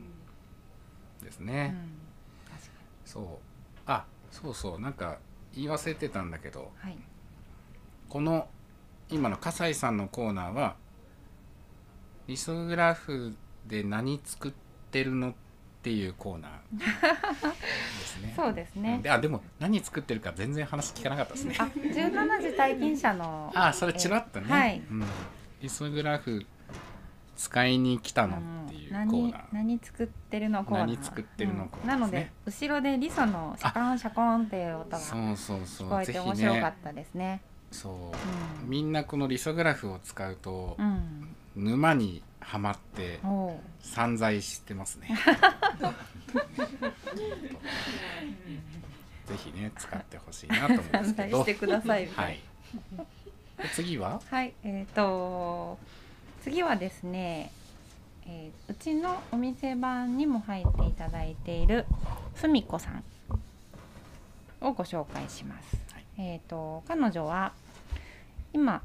ですね、うん、そうあそうそうなんか言い忘れてたんだけど、はい、この今の笠井さんのコーナーはリソグラフで何作ってるのっていうコーナーですね。 そうですね。 であでも何作ってるか全然話聞かなかったですね。 あじゅうななじ体験者のあそれチラッとね、はい、うん、リソグラフ使いに来たのっていうコーナー。 何, 何作ってるのコーナー。 何作ってるのコーナー、 ね、うん、なので後ろでリソのシャコンシャコンっていう音が聞こえて面白かったですね。 そう、うん、みんなこのリソグラフを使うと、うん、沼にはまって散財してますね。ぜひね使ってほしいなと思うんですけど。 散財してください。 はい。で次は？ はい、えっと次はですね、えー、うちのお店番にも入っていただいているすみこさんをご紹介します。はい、えっと彼女は今、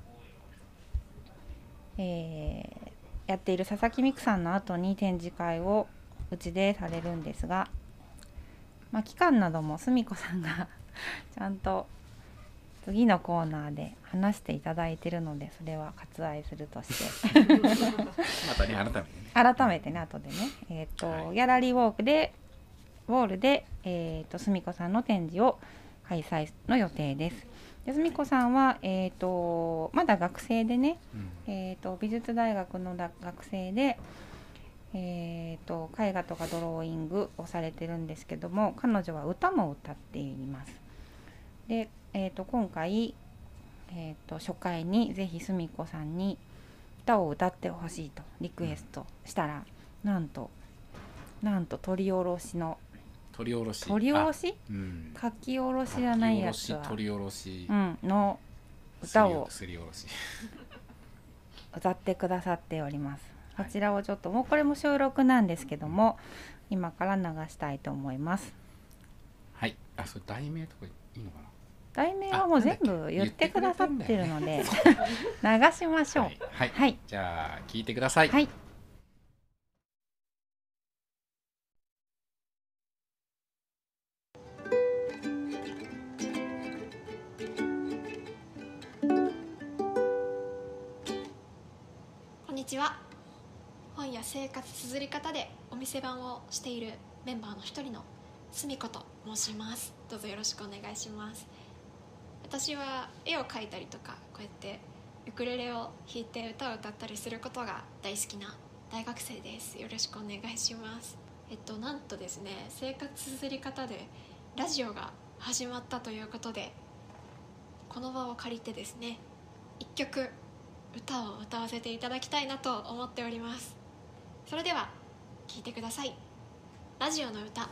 えー、やっている佐々木美久さんの後に展示会をうちでされるんですが、まあ、期間などもすみこさんがちゃんと次のコーナーで話していただいているので、それは割愛するとしてまたね改めてね改めてね後でね、えーとはい、ギャラリーウォークでウォールで、えーと、すみこさんの展示を開催の予定です。 ですみこさんは、えー、とまだ学生でね、うん、えー、と美術大学の学生で、えー、と絵画とかドローイングをされてるんですけども、彼女は歌も歌っています。で、えー、と今回、えー、と初回にぜひすみこさんに歌を歌ってほしいとリクエストしたら、うん、なんとなんと取り下ろしの取り下ろし取り下ろし、うん、書き下ろしじゃないやつは取り下ろし、 うん、の歌をすり下ろし歌ってくださっております。こちらをちょっともうこれも収録なんですけども、今から流したいと思います。 はい。あ、それ題名とかいいのかな。 題名はもう全部言ってくださってるので、ね、流しましょう。はい、 はいはい、じゃあ聞いてください。 はい。 こんにちは。本や生活綴り方でお店番をしているメンバーの一人のすみこと申します。どうぞよろしくお願いします。私は絵を描いたりとか、こうやってウクレレを弾いて歌を歌ったりすることが大好きな大学生です。よろしくお願いします。えっとなんとですね、生活綴り方でラジオが始まったということで、この場を借りてですね、一曲歌を歌わせていただきたいなと思っております。それでは聴いてください。ラジオの歌。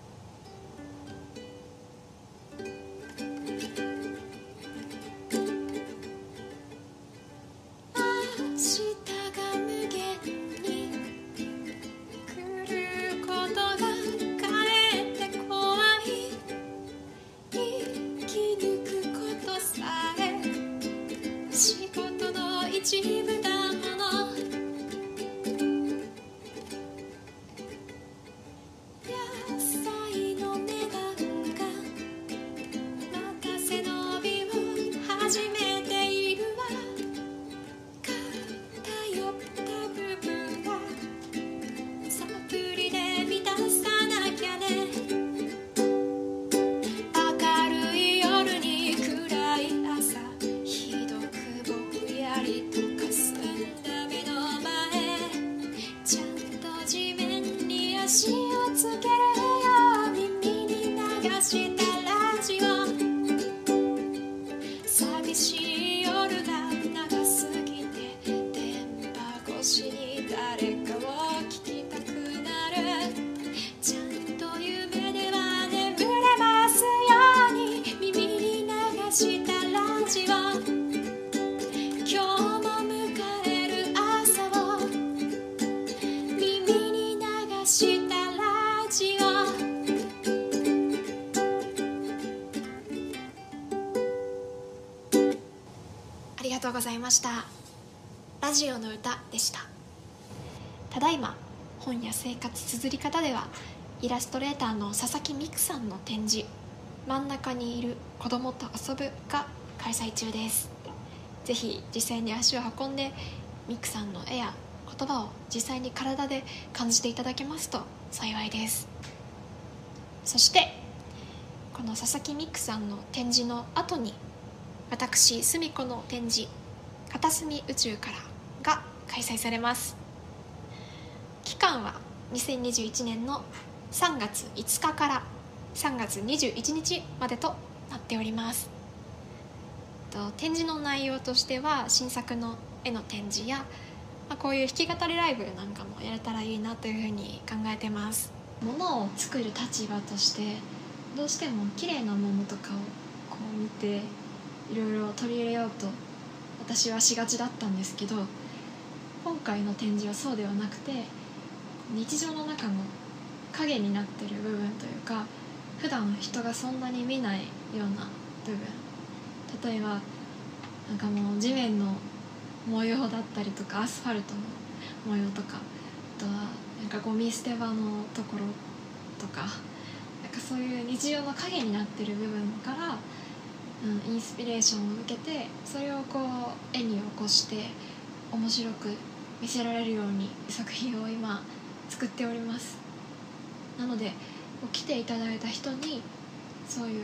ありがとうございました。ラジオの歌でした。ただいま本や生活綴り方ではイラストレーターの佐々木美久さんの展示、真ん中にいる子供と遊ぶが開催中です。ぜひ実際に足を運んでミクさんの絵や言葉を実際に体で感じていただけますと幸いです。そしてこの佐々木ミクさんの展示の後に、私すみこの展示片隅宇宙からが開催されます。期間はにせんにじゅういちねんのさんがついつかからさんがつにじゅういちにちまでとなっております。展示の内容としては新作の絵の展示や、まあ、こういう弾き語りライブなんかもやれたらいいなというふうに考えてます。物を作る立場としてどうしても綺麗なものとかをこう見ていろいろ取り入れようと私はしがちだったんですけど、今回の展示はそうではなくて、日常の中の影になってる部分というか、普段人がそんなに見ないような部分、例えばなんかもう地面の模様だったりとか、アスファルトの模様とか、あとはなんかゴミ捨て場のところとか、なんかそういう日常の影になってる部分から、うん、インスピレーションを受けて、それをこう絵に起こして面白く見せられるように作品を今作っております。なので来ていただいた人にそういう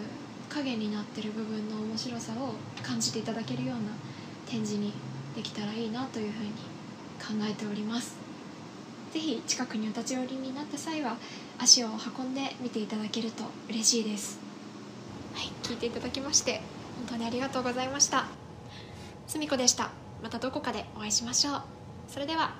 影になってる部分の面白さを感じていただけるような展示にできたらいいなというふうに考えております。ぜひ近くにお立ち寄りになった際は足を運んで見ていただけると嬉しいです。はい、聞いていただきまして本当にありがとうございました。すみこでした。またどこかでお会いしましょう。それでは。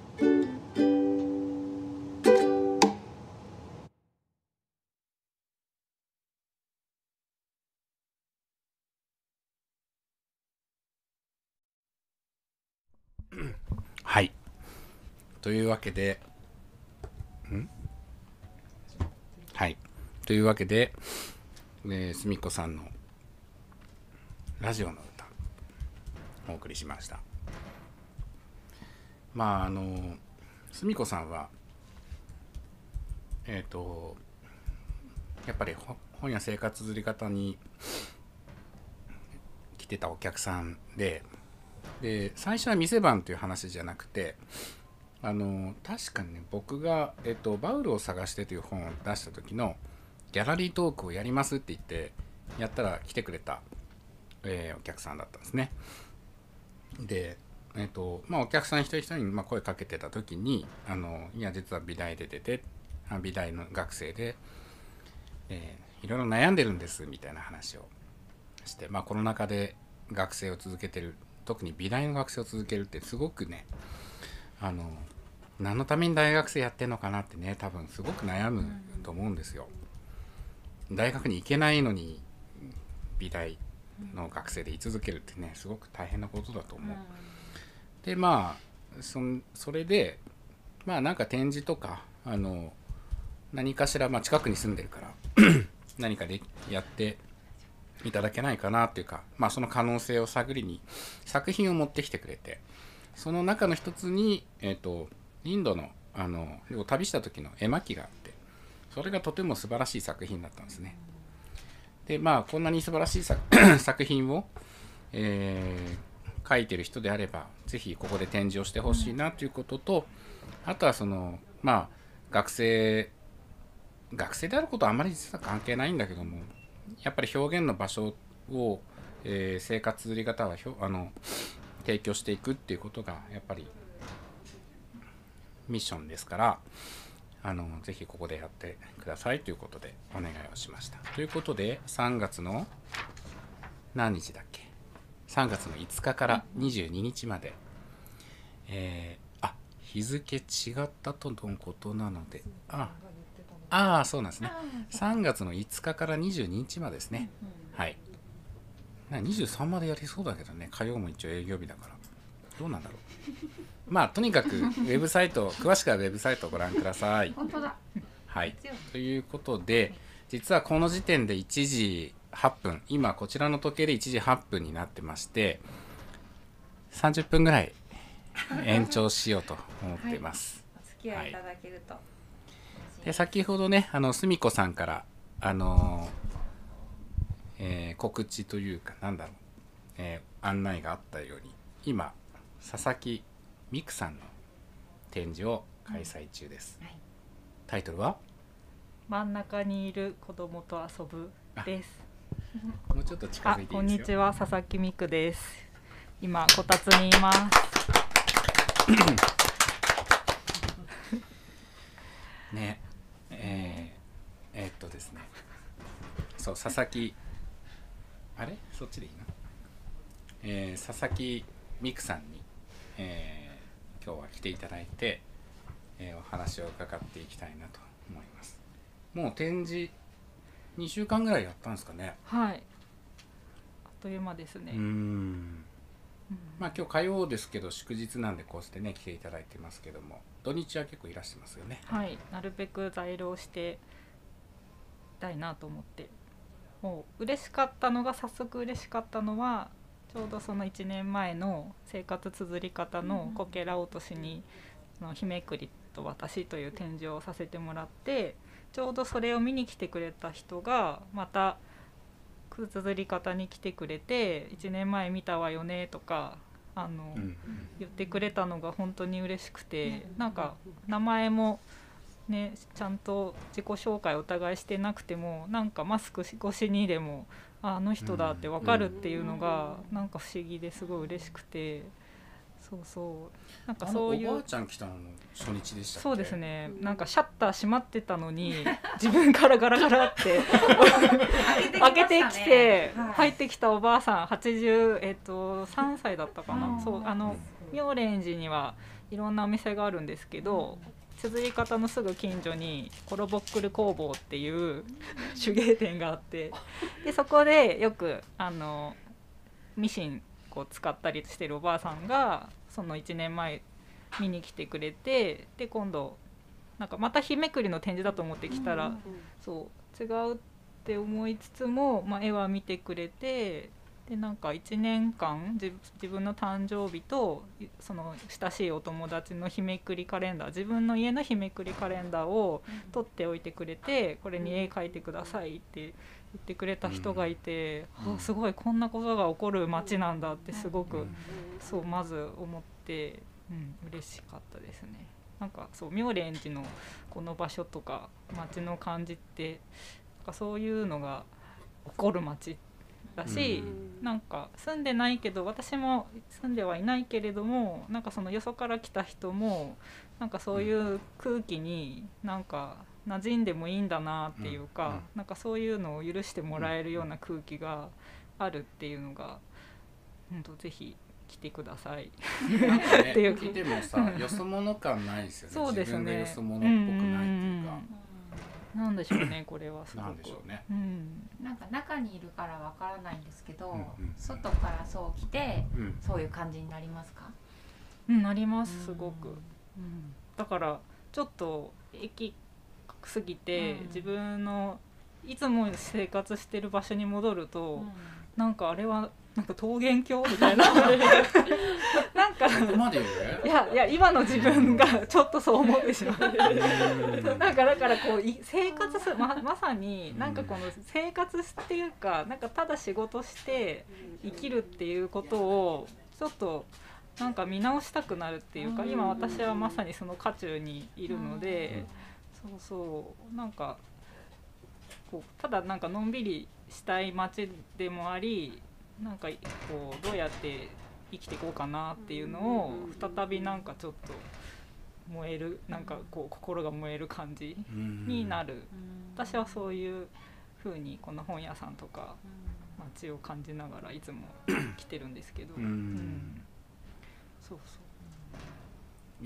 はい、というわけでんはいというわけで、えー、すみこさんのラジオの歌お送りしました。まああのすみこさんはえっとやっぱり本や生活綴り方に来てたお客さんで、で最初は店番という話じゃなくて、あの確かにね僕が、えっと、バウルを探してという本を出した時のギャラリートークをやりますって言ってやったら来てくれた、えー、お客さんだったんですね。で、えっとまあ、お客さん一人一人にまあ声かけてた時にあのいや実は美大で出て美大の学生で、えー、いろいろ悩んでるんですみたいな話をして、まあ、コロナ禍で学生を続けてる、特に美大の学生を続けるってすごくね、あの何のために大学生やってんのかなってね多分すごく悩むと思うんですよ。大学に行けないのに美大の学生で居続けるってねすごく大変なことだと思う。でまあ そ, それでまあなんか展示とかあの何かしら、まあ、近くに住んでるから何かでやっていただけないかなっていうか、まあ、その可能性を探りに作品を持ってきてくれて、その中の一つに、えーと、インドの、あの旅した時の絵巻があって、それがとても素晴らしい作品だったんですね。でまあこんなに素晴らしい 作, 作品を、えー、描いてる人であればぜひここで展示をしてほしいなということと、あとはそのまあ学生学生であることはあまり実は関係ないんだけども、やっぱり表現の場所を、えー、生活綴り方はあの提供していくっていうことがやっぱりミッションですから、あのぜひここでやってくださいということでお願いをしました。ということでさんがつの何日だっけ、さんがつのいつかからにじゅうににちまで、えー、あ日付違ったとのことなので、あああそうなんですね、さんがつのいつかからにじゅうににちまでですね。はい、にじゅうさんまでやりそうだけどね、火曜も一応営業日だからどうなんだろうまあとにかくウェブサイト詳しくはウェブサイトをご覧ください。 本当だ。 はい、ということで実はこの時点でいちじはっぷん、今こちらの時計でいちじはっぷんになってまして、さんじゅっぷんぐらい延長しようと思っています。 はい、お付き合いいただけると、はい、 で先ほどねあのすみこさんからあの、えー、告知というかなんだろう、えー、案内があったように今佐々木美久さんの展示を開催中です、うんはい、タイトルは真ん中にいる子供と遊ぶです。 もうちょっと近づいていいですよ。 こんにちは、佐々木美久です。今こたつにいますねえー、えー、っとですねそう佐々木あれそっちでいいの、えー、佐々木美久さんに、えー、今日は来ていただいて、えー、お話を伺っていきたいなと思います。もう展示にしゅうかんぐらいやったんですかね。 はい、あっという間ですね。 うーんまあ今日火曜ですけど祝日なんでこうしてね来ていただいてますけども、土日は結構いらしてますよね。 はい、なるべく在労してたいなと思って、もう嬉しかったのが早速嬉しかったのはちょうどそのいちねんまえの生活綴り方のこけら落としに、うん、の日めくりと私という展示をさせてもらって、ちょうどそれを見に来てくれた人がまた綴り方に来てくれて、いちねんまえ見たわよねとかあの、うん、言ってくれたのが本当に嬉しくて、なんか名前もね、ちゃんと自己紹介お互いしてなくてもなんかマスク越しにでも あ, あの人だって分かるっていうのがなんか不思議ですごい嬉しくて、そうそうなんかそういうおばあちゃん来たの初日でしたっけ？ そうですね、なんかシャッター閉まってたのに自分からガラガラって開けてきて入ってきたおばあさんはちじゅう、えっと、さんさいだったかな。そうあの妙蓮寺にはいろんなお店があるんですけど、綴り方のすぐ近所にコロボックル工房っていう手芸店があって、でそこでよくあのミシンこう使ったりしてるおばあさんがそのいちねんまえ見に来てくれて、で今度なんかまた日めくりの展示だと思ってきたら、そう違うって思いつつも、まあ、絵は見てくれて、でなんかいちねんかん 自, 自分の誕生日とその親しいお友達の日めくりカレンダー、自分の家の日めくりカレンダーを取っておいてくれて、これに絵描いてくださいって言ってくれた人がいて、うん、あすごいこんなことが起こる街なんだってすごく、そうまず思って、うん、嬉しかったですね。なんかそう妙蓮寺のこの場所とか街の感じってなんかそういうのが起こる街だし、うん、なんか住んでないけど私も住んではいないけれども、なんかそのよそから来た人もなんかそういう空気になんか馴染んでもいいんだなっていうか、うんうん、なんかそういうのを許してもらえるような空気があるっていうのが、本当ぜひ来てくださいなんかねっていう聞いてもさよそ者感ないですよね。 そうですね、 自分がよそ者っぽくないっていうか、うんうんうんなんでしょうねこれはすごく。 なんでしょうね、 うん、なんか中にいるからわからないんですけど、うんうん、外からそう来て、うん、そういう感じになりますか？ うん、なりますすごく、うんうん、だからちょっと駅過ぎて、うん、自分のいつも生活してる場所に戻ると、うん、なんかあれはなんか桃源郷みたいななんかいやいや今の自分がちょっとそう思ってしまうなんかだからこう生活す ま, まさになんかこの生活っていうかなんかただ仕事して生きるっていうことをちょっとなんか見直したくなるっていうか、今私はまさにその渦中にいるので、そうそうなんかこうただなんかのんびりしたい街でもあり、なんかこうどうやって生きていこうかなっていうのを再びなんかちょっと燃える、なんかこう心が燃える感じになる。私はそういう風にこの本屋さんとか街を感じながらいつも来てるんですけど、うん、うん、そうそう。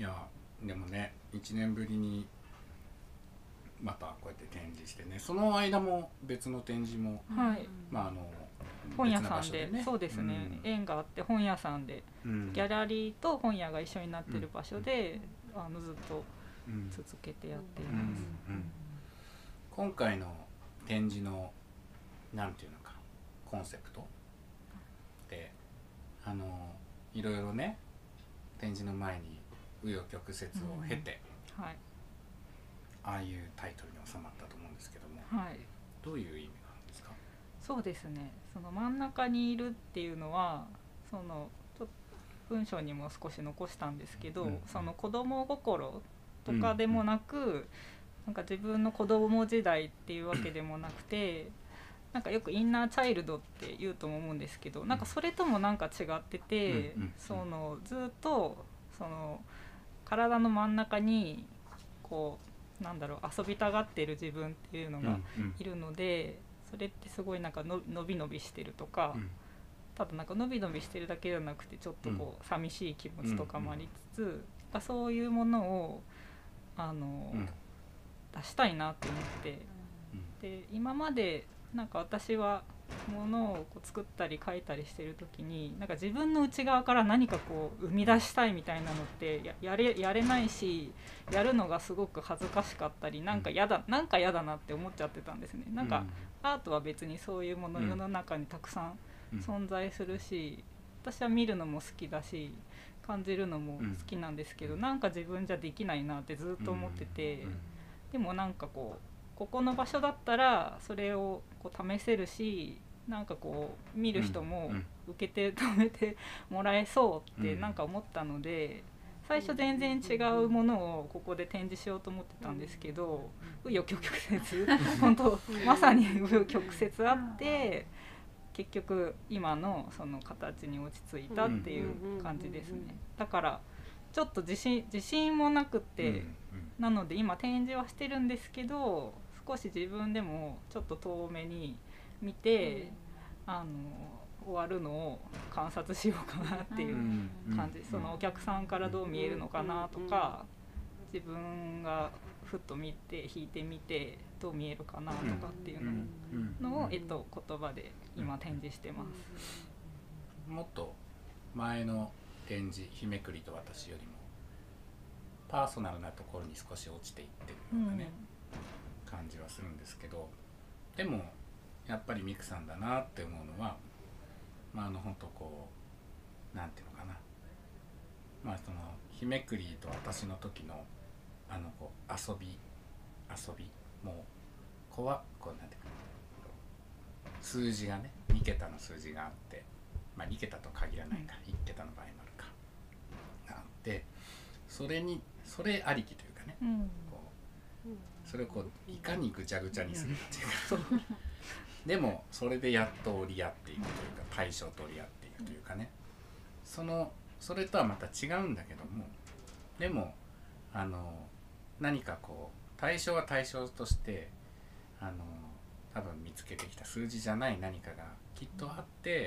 いやでもねいちねんぶりにまたこうやって展示してね、その間も別の展示も、 はい、 まああの本屋さんで、ね、そうですね、うん、縁があって本屋さんで、うん、ギャラリーと本屋が一緒になってる場所で、うん、あのずっと続けてやっています、うんうんうん、 今回の展示のなんていうのかコンセプトで、あのいろいろね展示の前に紆余曲折を経て、 うん、はい、 ああいうタイトルに収まったと思うんですけども、 はい、 どういう意味なんですか？ そうですね、その真ん中にいるっていうのはそのちょっと文章にも少し残したんですけど、うん、その子供心とかでもなく、うん、なんか自分の子供時代っていうわけでもなくて、なんかよくインナーチャイルドって言うとも思うんですけど、なんかそれともなんか違ってて、うん、そのずっとその体の真ん中にこうなんだろう遊びたがってる自分っていうのがいるので、それってすごいなんかの伸び伸びしてるとか、うん、ただなんか伸び伸びしてるだけじゃなくてちょっとこう寂しい気持ちとかもありつつ、うんうん、そういうものをあの、うん、出したいなって思って、うん、で今までなんか私はものをこう作ったり描いたりしてる時になんか自分の内側から何かこう生み出したいみたいなのって や, や, れやれないし、やるのがすごく恥ずかしかったり、なんかやだなんかやだなって思っちゃってたんですね。なんかアートは別にそういうもの世の中にたくさん存在するし、私は見るのも好きだし感じるのも好きなんですけど、なんか自分じゃできないなってずっと思ってて、でもなんかこうここの場所だったらそれをこう試せるし、なんかこう見る人も受けて止めてもらえそうってなんか思ったので、 最初全然違うものをここで展示しようと思ってたんですけど、紆余曲折本当まさに紆余曲折あって結局今のその形に落ち着いたっていう感じですね。だからちょっと自信自信もなくて、なので今展示はしてるんですけど、少し自分でもちょっと遠目に見て、あの終わるのを観察しようかなっていう感じ、そのお客さんからどう見えるのかなとか、自分がふっと見て弾いてみてどう見えるかなとかっていうのを、えっと、言葉で今展示してます。 もっと前の展示「日めくりと私」よりもパーソナルなところに少し落ちていってるようなね、うん、感じはするんですけど、でもやっぱりミクさんだなって思うのは、まああの本当こうなんていうのかな、まあその日めくりと私の時のあのこう遊び遊びもうこわこうなんていうか数字がねに桁の数字があって、まあに桁と限らないからいち桁の場合もあるかがあって、それにそれありきというかね、うん、こうそれをこういかにぐちゃぐちゃにするっていうか、うん、でもそれでやっと折り合っていくというか対象と折り合っていくというかね、そのそれとはまた違うんだけども、でもあの何かこう対象は対象としてあの多分見つけてきた数字じゃない何かがきっとあって、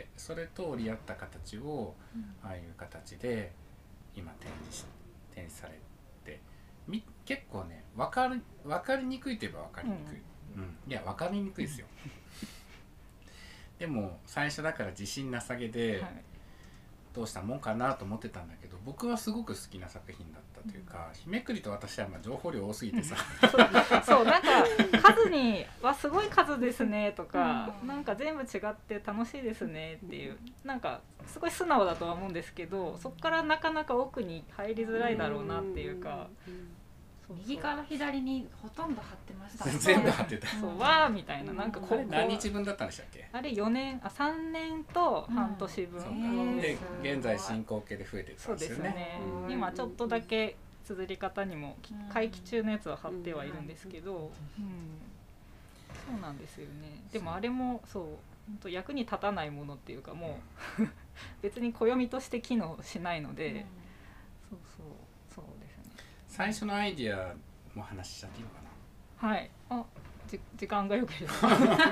それと折り合った形をああいう形で今展示し展示されて、み結構ね分かる分かりにくいといえば分かりにくい、うんうん、いや分かりにくいですよでも最初だから自信なさげで、はい、どうしたもんかなと思ってたんだけど、僕はすごく好きな作品だったというか、日めくりと私はまあ情報量多すぎてさそうなんか数にはすごい数ですねとか、なんか全部違って楽しいですねっていう、なんかすごい素直だとは思うんですけど、そこからなかなか奥に入りづらいだろうなっていうか、 右から左にほとんど貼ってました、ね、 全部貼ってた。 そうわーみたいな、なんかこれ何日分だったんでしたっけ？ あれよねんあさんねんと半年分、 うん、で現在進行形で増えてたんですよね。 そうですね、うん、今ちょっとだけ綴り方にも会期中のやつは貼ってはいるんですけど、うんうん、そうなんですよね。でもあれもそう本当役に立たないものっていうか、もう別に暦として機能しないので、うん、そうそうそうですね。 最初のアイディアも話しちゃっていいのかな。はい。あ、じ時間がよければ。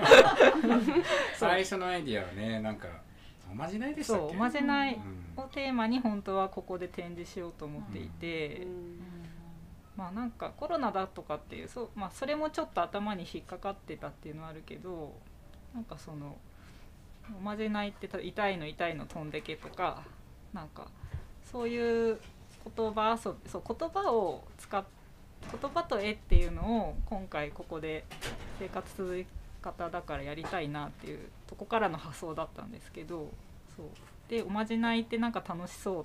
最初のアイディアはね、なんかおまじないでしたっけ？ そう、おまじないをテーマに本当はここで展示しようと思っていて、うん、まあなんかコロナだとかっていう、そう、まあそれもちょっと頭に引っかかってたっていうのはあるけど、なんかそのおまじないって痛いの痛いの飛んでけとか、なんかそういう言葉遊び、そう言葉を使っ言葉と絵っていうのを今回ここで生活続き方だからやりたいなっていうとこからの発想だったんですけど、そうでおまじないってなんか楽しそう、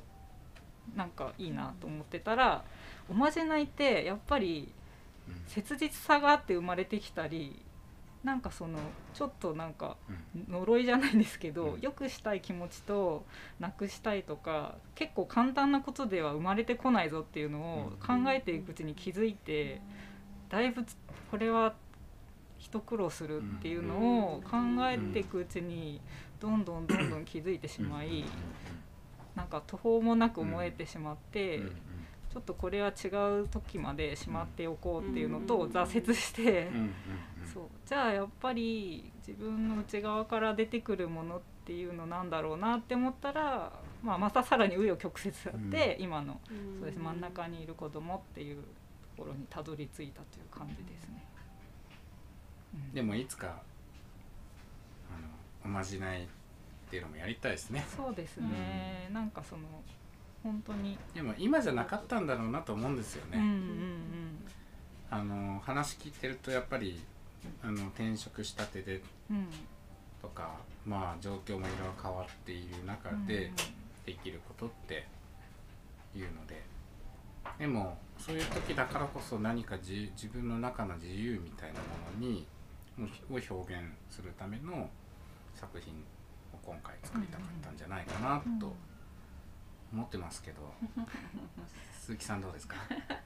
なんかいいなと思ってたら、おまじないってやっぱり切実さがあって生まれてきたり、なんかそのちょっとなんか呪いじゃないんですけど、良くしたい気持ちとなくしたいとか、結構簡単なことでは生まれてこないぞっていうのを考えていくうちに気づいて、だいぶこれは一苦労するっていうのを考えていくうちにどんどんどんどん気づいてしまい、なんか途方もなく思えてしまって、ちょっとこれは違う時までしまっておこうっていうのと挫折して、そうじゃあやっぱり自分の内側から出てくるものっていうのなんだろうなって思ったら、まあ、またさらに紆余曲折あって、今のそうです真ん中にいる子供っていうところにたどり着いたという感じですね。 でもいつかあのおまじないっていうのもやりたいですね。 そうですね、うん、なんかその本当にでも今じゃなかったんだろうなと思うんですよね。 うんうんうん、 あの話聞いてるとやっぱりあの転職したてでとか、うん、まあ状況もいろいろ変わっている中でできることっていうので、でもそういう時だからこそ何か自, 自分の中の自由みたいなものにを表現するための作品を今回作りたかったんじゃないかなと思ってますけど鈴木さんどうですか？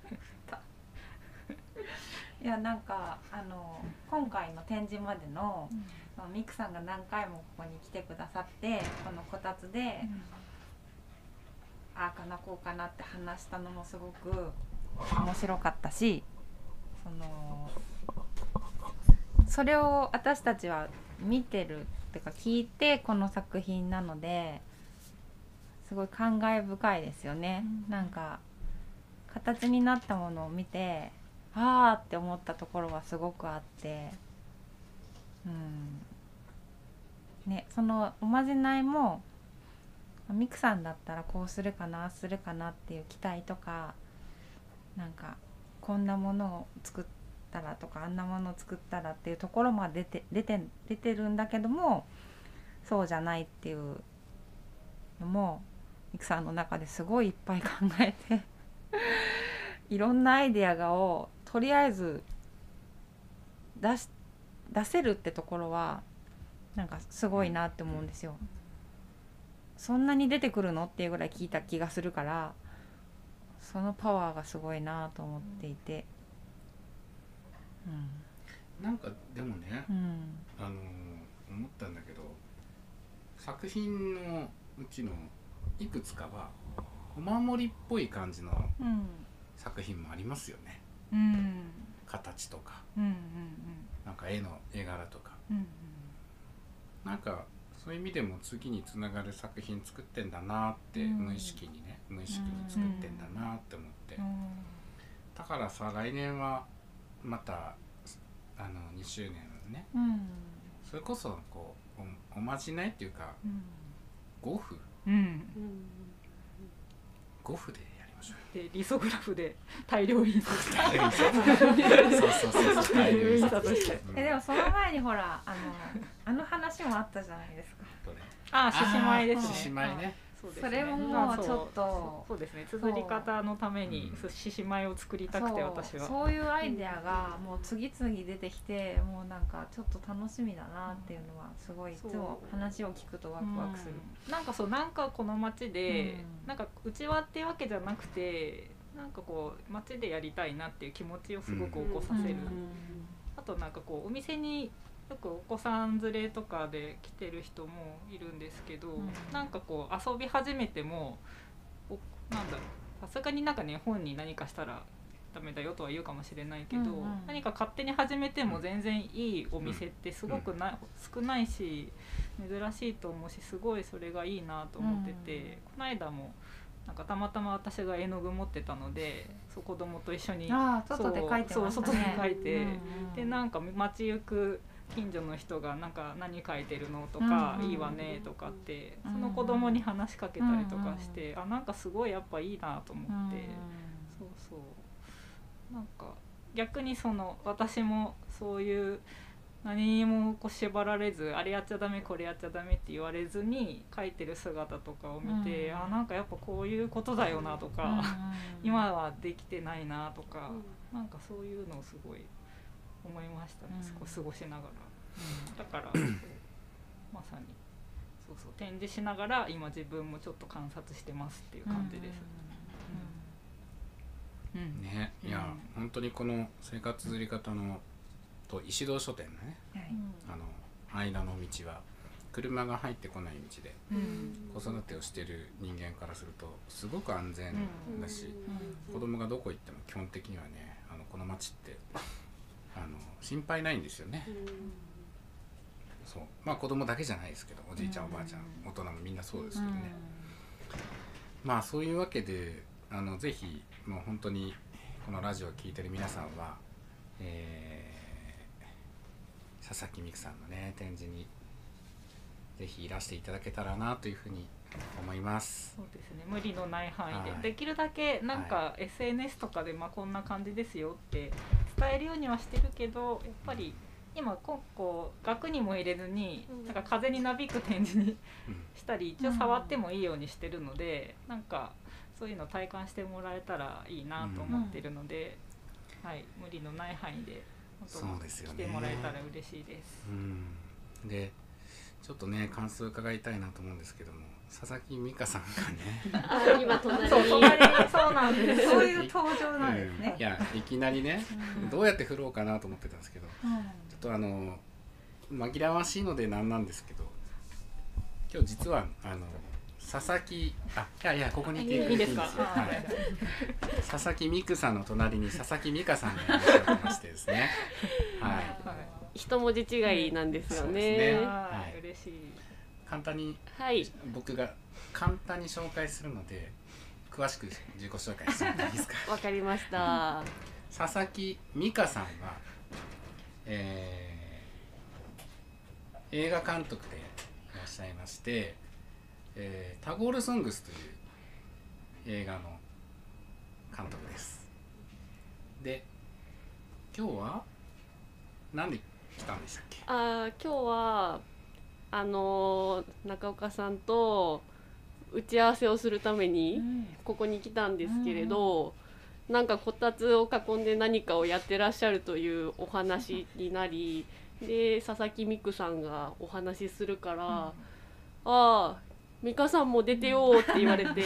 いやなんかあの今回の展示までの、うん、そのミクさんが何回もここに来てくださってこのこたつで、うん、ああかなこうかなって話したのもすごく面白かったし、そのそれを私たちは見てるっていうか聞いてこの作品なのですごい感慨深いですよね、うん、なんか形になったものを見てあーって思ったところはすごくあって、うんね、そのおまじないもミクさんだったらこうするかなああするかなっていう期待とか、なんかこんなものを作ったらとかあんなものを作ったらっていうところまで出て、出て、出てるんだけどもそうじゃないっていうのもミクさんの中ですごいいっぱい考えていろんなアイデアがをとりあえず出し、出せるってところはなんかすごいなって思うんですよ。そんなに出てくるのっていうぐらい聞いた気がするから、そのパワーがすごいなと思っていて、 うん、なんかでもね、うん、あの思ったんだけど作品のうちのいくつかはお守りっぽい感じの作品もありますよね、うん、形とか、うんうんうん、なんか絵の絵柄とか、うんうん、なんかそういう意味でも次につながる作品作ってんだなって、うん、無意識にね無意識に作ってんだなって思って、うん、だからさ来年はまたあのにしゅうねんね、うん、それこそこう お, おまじないっていうか、うん、ゴフ、うん、ゴフでやりましょう。 でリソグラフで大量印刷大量印刷そうそうそうそう大量印刷して、うん、えでもその前にほらあのあの話もあったじゃないですか。 ああ獅子舞ですね。 獅子舞ね。 そうですね、それももうちょっとそうですね綴り方のために獅子舞を作りたくて私はそういうアイデアがもう次々出てきてもうなんかちょっと楽しみだなっていうのはすごいいつも話を聞くとワクワクする、 うん、なんかそうなんかこの街で、うん、なんかうちわっていうわけじゃなくてなんかこう街でやりたいなっていう気持ちをすごく起こさせる、うん、あとなんかこうお店によくお子さん連れとかで来てる人もいるんですけど、うん、なんかこう遊び始めてもなんだろうさすがになんかね本に何かしたらダメだよとは言うかもしれないけど、うんうん、何か勝手に始めても全然いいお店ってすごくな、うん、少ないし珍しいと思うしすごいそれがいいなと思ってて、うん、この間もなんかたまたま私が絵の具持ってたのでそう子供と一緒にあ外で描いてましたね。 そう外で描いて、うんうん、でなんか街行く近所の人がなんか何書いてるのとか、うんうん、いいわねとかってその子供に話しかけたりとかして、うんうん、あなんかすごいやっぱいいなと思って、うんうん、そうそうなんか逆にその私もそういう何にもこう縛られずあれやっちゃダメこれやっちゃダメって言われずに書いてる姿とかを見て、うん、あなんかやっぱこういうことだよなとか、うん、今はできてないなとか、うん、なんかそういうのをすごい思いましたね、うん、過ごしながら、うん、だからまさにそうそう展示しながら今自分もちょっと観察してますっていう感じです、 うんうんうん、ねいや、うん、本当にこの生活釣り方のと石堂書店のね、はい、あの間の道は車が入ってこない道で、うん、子育てをしている人間からするとすごく安全だし、うん、子供がどこ行っても基本的にはねあのこの町ってあの心配ないんですよね、うん、そうまあ子供だけじゃないですけどおじいちゃん、うん、おばあちゃん大人もみんなそうですけどね、うん、まあそういうわけであのぜひもう本当にこのラジオを聞いてる皆さんは、えー佐々木美久さんのね展示にぜひいらしていただけたらなというふうに思います。 そうですね無理のない範囲で、はい、できるだけなんか エスエヌエス とかでまあこんな感じですよって伝えるようにはしてるけどやっぱり今ここう額にも入れずになんか風になびく展示にしたり一応触ってもいいようにしてるのでなんかそういうの体感してもらえたらいいなと思ってるので、はい、無理のない範囲でそうですよね、 来てもらえたら嬉しいです。 うん、でちょっとね感想伺いたいなと思うんですけども、佐々木美香さんがねあ今隣にそう隣にそうなんですそういう登場なんですね、 うん、いやいきなりね、うん、どうやって振ろうかなと思ってたんですけど、うん、ちょっとあの紛らわしいのでなんなんですけど、今日実はあの佐々木あいやいやここにいていいですか、はい、佐々木美久さんの隣に佐々木美香さんがいらっしゃってましてですね、はい、はい、 一文字違いなんですよね。 そうですね、 はい、嬉しい。 簡単に、 はい、 僕が簡単に紹介するので詳しく自己紹介してもらっていいですか。 わかりました。 佐々木美香さんは、えー、映画監督でいらっしゃいまして、えー、タゴールソングスという映画の監督です。で、今日は何で来たんでしたっけ？ あ今日はあのー、中岡さんと打ち合わせをするためにここに来たんですけれど、うん、なんかこたつを囲んで何かをやってらっしゃるというお話になり、で佐々木美久さんがお話しするから、うん、ああ美香さんも出てよって言われて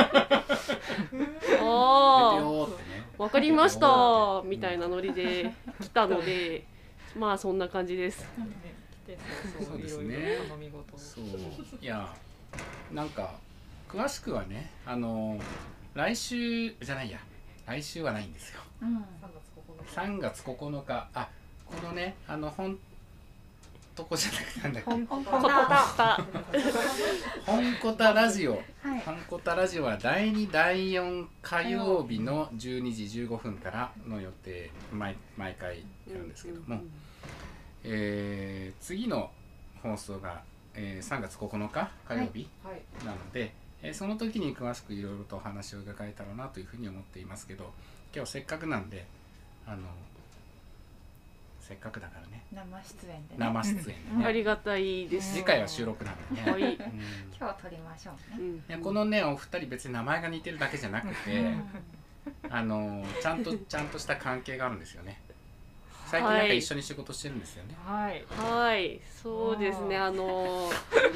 ああわかりましたみたいなノリで来たのでまあそんな感じです。 そうですね。そういやなんか詳しくはねあの来週じゃないや来週はないんですよ、うん、さんがつここのかあこのねあの本とこじゃなくてなんだっけ本コタ本コタラジオ、はい、本コタラジオはだいにだいよん火曜日のじゅうにじじゅうごふんからの予定 毎, 毎回やるんですけども、うんうん、えー、次の放送が、えー、さんがつここのか火曜日なので、はいはい、えー、その時に詳しくいろいろとお話を伺えたらなというふうに思っていますけど、今日せっかくなんであのせっかくだからね生出演で、ね、 生出演で、ね、 ありがたいです。 次回は収録なんでね、はい、うん、 今日は撮りましょうね、うん、 いやこのねお二人別に名前が似てるだけじゃなくてあのちゃんとちゃんとした関係があるんですよね。最近なんか一緒に仕事してるんですよね。 はい、はい、そうですね。あのお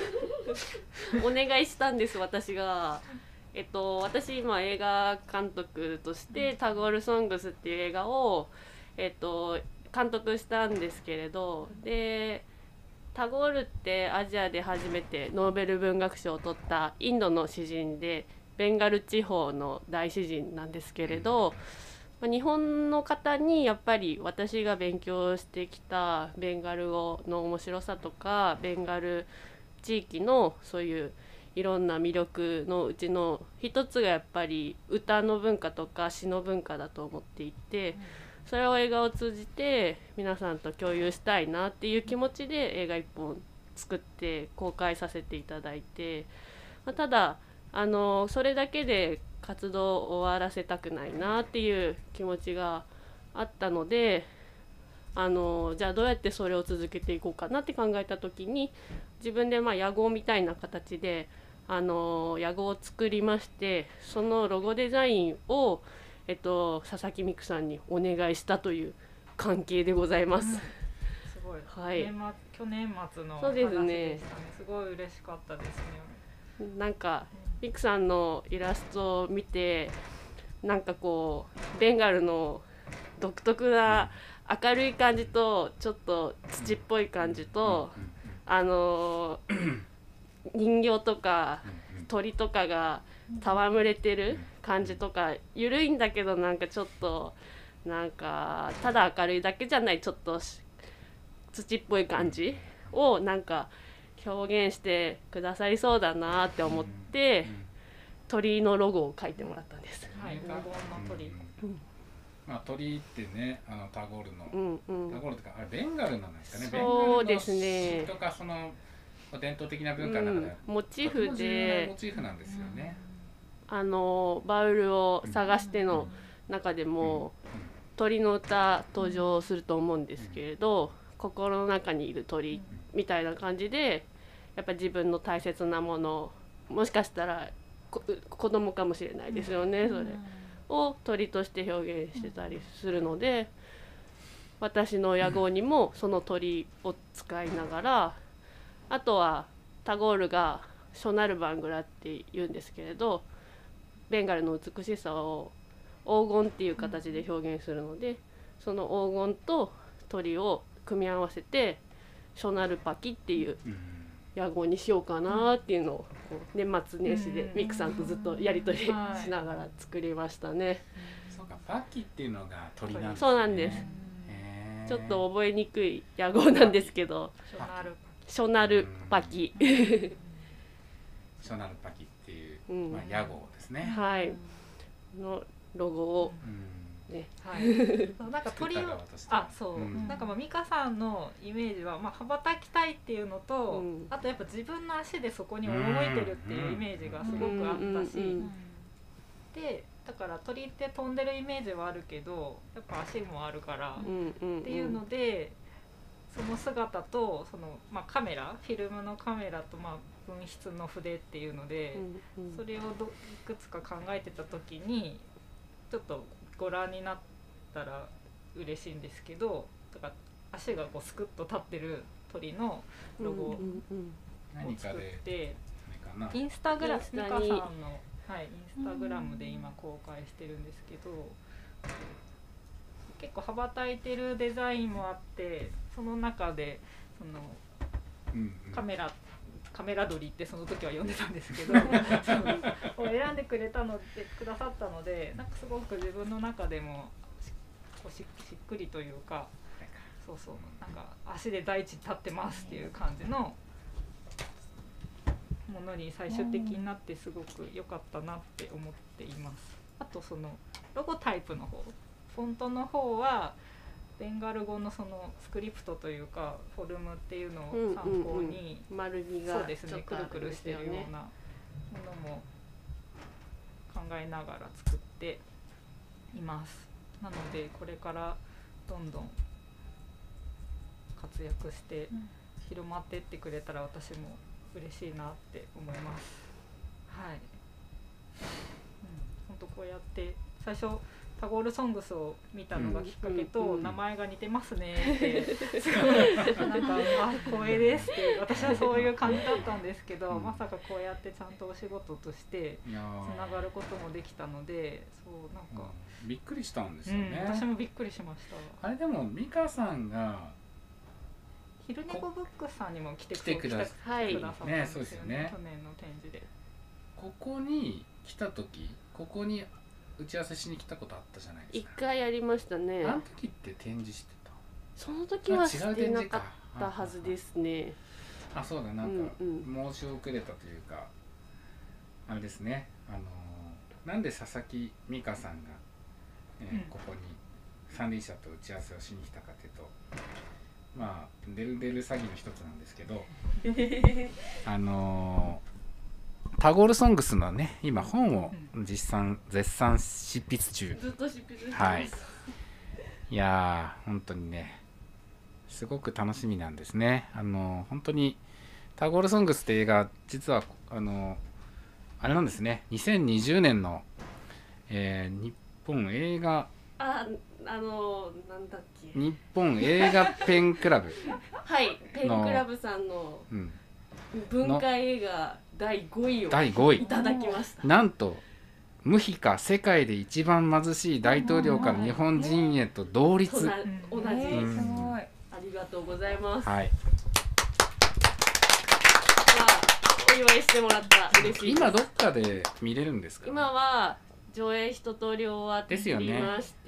願いしたんです私が。えっと私今映画監督としてタゴールソングスっていう映画をえっと監督したんですけれど、でタゴールってアジアで初めてノーベル文学賞を取ったインドの詩人でベンガル地方の大詩人なんですけれど、まあ、日本の方にやっぱり私が勉強してきたベンガル語の面白さとかベンガル地域のそういういろんな魅力のうちの一つがやっぱり歌の文化とか詩の文化だと思っていて、それを映画を通じて皆さんと共有したいなっていう気持ちで映画一本作って公開させていただいて、まあ、ただあのそれだけで活動を終わらせたくないなっていう気持ちがあったので、あのじゃあどうやってそれを続けていこうかなって考えた時に、自分でまあ屋号みたいな形であの屋号を作りまして、そのロゴデザインをえっと、佐々木美久さんにお願いしたという関係でございます。うん、すごい、はい、年末去年末の話でしたね。 そうですね。すごい嬉しかったですね。 なんか美久さんのイラストを見て、なんかこうベンガルの独特な明るい感じとちょっと土っぽい感じと、あの人形とか鳥とかが戯れてる感じとか、緩いんだけどなんかちょっとなんかただ明るいだけじゃないちょっと土っぽい感じをなんか表現してくださりそうだなって思って鳥のロゴを描いてもらったんです。 はい、黄金の鳥。 うん、まあ鳥ってね、あのタゴールの、うんうん、タゴールとかあれベンガルなんですかね。 そうですね。 ベンガルの詩とかその伝統的な文化の中で、 うん、モチーフでモチーフなんですよね。 あのバウルを探しての中でも鳥の歌登場すると思うんですけれど、心の中にいる鳥みたいな感じでやっぱ自分の大切なもの、もしかしたらこ子供かもしれないですよね、それを鳥として表現してたりするので、私の屋号にもその鳥を使いながらあとはタゴールがショナルバングラって言うんですけれど、ベンガルの美しさを黄金っていう形で表現するので、その黄金と鳥を組み合わせてショナルパキっていう屋号にしようかなっていうのをこう年末年始でミクさんとずっとやり取りしながら作りましたね。 そうか、パキっていうのが鳥なんですね。 そうなんです。ちょっと覚えにくい屋号なんですけど、 ショナルショナルパキショナルパキっていう、うん、まあ、屋号ですね。 はい。のロゴを、 うん、ね、はい。なんか鳥を、あ、そう、うん、なんかまあ美香さんのイメージはまあ羽ばたきたいっていうのと、うん、あとやっぱ自分の足でそこに赴いてるっていうイメージがすごくあったし、うん、で。だから鳥って飛んでるイメージはあるけどやっぱ足もあるからっていうので、その姿とその、まあ、カメラフィルムのカメラと、まあ、分筆の筆っていうので、それをどいくつか考えてた時にちょっとご覧になったら嬉しいんですけど、だから足がこうスクッと立ってる鳥のロゴを作って、インスタグラム美香さんのはい、インスタグラムで今公開してるんですけど、結構羽ばたいてるデザインもあって、その中でその、うんうん、カメラカメラ撮りってその時は呼んでたんですけどを選んでくれたのでくださったので、なんかすごく自分の中でも し, し, しっくりというか、そうそう、なんか足で大地に立ってますっていう感じのものに最終的になってすごく良かったなって思っています。あとそのロゴタイプの方、フォントの方はベンガル語のそのスクリプトというかフォルムっていうのを参考に、 うんうんうん、丸みがそうですね、くるくるしてるようなものも考えながら作っています。なのでこれからどんどん活躍して広まっていってくれたら私も嬉しいなって思います。はい。うん、本当こうやって最初タゴールソングスを見たのがきっかけと、うん、名前が似てますねってすごいなんかあ光栄ですって私はそういう感じだったんですけど、うん、まさかこうやってちゃんとお仕事としてつながることもできたので、そうなんか、 うん、びっくりしたんですよね、 うん、私もびっくりしました。 あれでも美香さんが昼寝ごブックさんにも来てくださったんですよね、去年の展示で。 ここに来た時、ここに打ち合わせしに来たことあったじゃないですか。 一回やりましたね。 あの時って展示してた？ その時はしてなかったはずですね。 あ、そうだ、なんか申し遅れたというか、あれですね、あのなんで佐々木美香さんが、えーうん、ここに三輪車と打ち合わせをしに来たかというと、まあデルデル詐欺の一つなんですけどあのー、タゴールソングスのね今本を実賛絶賛執筆中、 ずっと執筆してます、 はい、いやー本当にねすごく楽しみなんですね。あのー、本当にタゴールソングスって映画実はあのー、あれなんですね、にせんにじゅうねんの、えー、日本映画ああのー、なんだっけ日本映画ペンクラブはいペンクラブさんの文化映画だいごいをだいごいいただきました。 なんとムヒカ世界で一番貧しい大統領から日本人へと同率、 同じ、 うん、すごいありがとうございます。 はい、 まあ、お祝いしてもらった嬉しい。 今どっかで見れるんですか？ 今は上映一通り終わっていまして、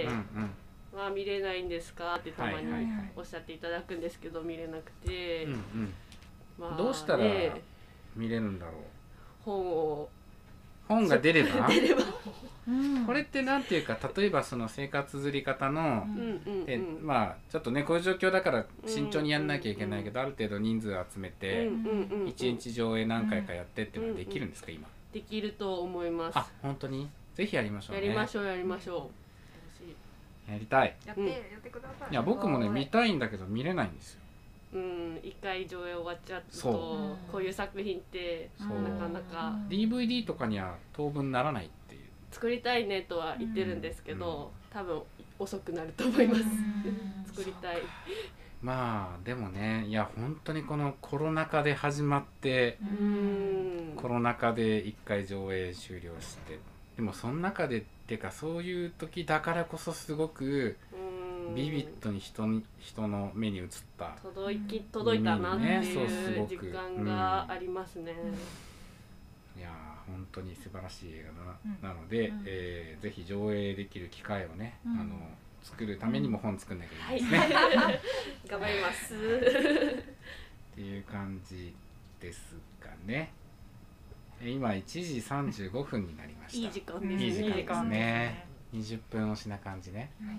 まあ見れないんですかってたまにおっしゃっていただくんですけど、見れなくて、 うんうん、まあね、どうしたら見れるんだろう。 本を本が出れば出ればこれってなんていうか、例えばその生活ずり方の、うんでまあちょっとねこういう状況だから慎重にやんなきゃいけないけど、ある程度人数を集めていちにち上映何回かやってっていうのはできるんですか？今できると思います。 あ、本当にぜひやりましょうね。 やりましょうやりましょう。やりたい。 やって、うん、やってください。 いや僕もね見たいんだけど見れないんですよ。 うん、一回上映終わっちゃうとこういう作品ってなかなかディーブイディー とかには当分ならないっていう。 作りたいねとは言ってるんですけど、多分遅くなると思います作りたい。 まあでもね、いや本当にこのコロナ禍で始まってコロナ禍で一回上映終了して、でもその中でっていうかそういう時だからこそすごくビビッドに人に人の目に映った届き届いたなっていう時間がありますね。 いや本当に素晴らしい映画 な,、うん、なので、うんえー、ぜひ上映できる機会をね、うん、あの作るためにも本作んなきゃいけないですね、はい、 頑張りますっていう感じですかね。今いちじさんじゅうごふんになりました。 いい時間ですね。 いい時間ですね。にじゅっぷん押しな感じね、はい、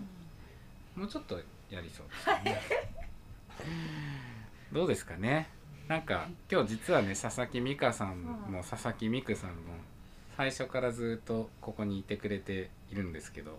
もうちょっとやりそうですねどうですかね。なんか今日実はね佐々木美香さんも佐々木美久さんも最初からずっとここにいてくれているんですけど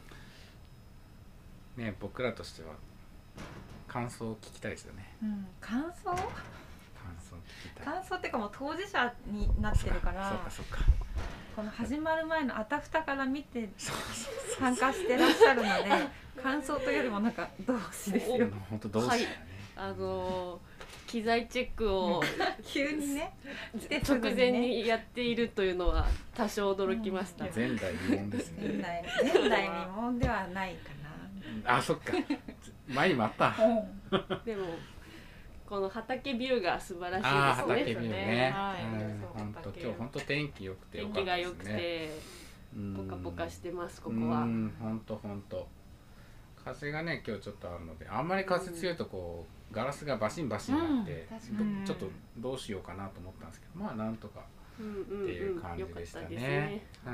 ね、僕らとしては感想を聞きたいですよね、 うん、感想感想聞きたい。 感想っていうかもう当事者になってるからそうかそうかこの始まる前のあたふたから見て参加してらっしゃるので感想というよりもなんか同志ですよ。 本当同志だね、 はい、あの機材チェックを急にね直前にやっているというのは多少驚きました、 うん、前代未聞ですね。 前代未聞ではないかな。 あ、そっか前にもあったでもこの畑ビューが素晴らしいですね。 あ、畑ビューね、 はい、 うん、本当今日本当天気良くてよかったですね。 天気が良くてポカポカしてます。ここは本当本当風がね今日ちょっとあるので、あんまり風強いとこうガラスがバシンバシンになって、うん、ちょっとどうしようかなと思ったんですけど、まあなんとかっていう感じでしたね。うんうんうん、ねうん、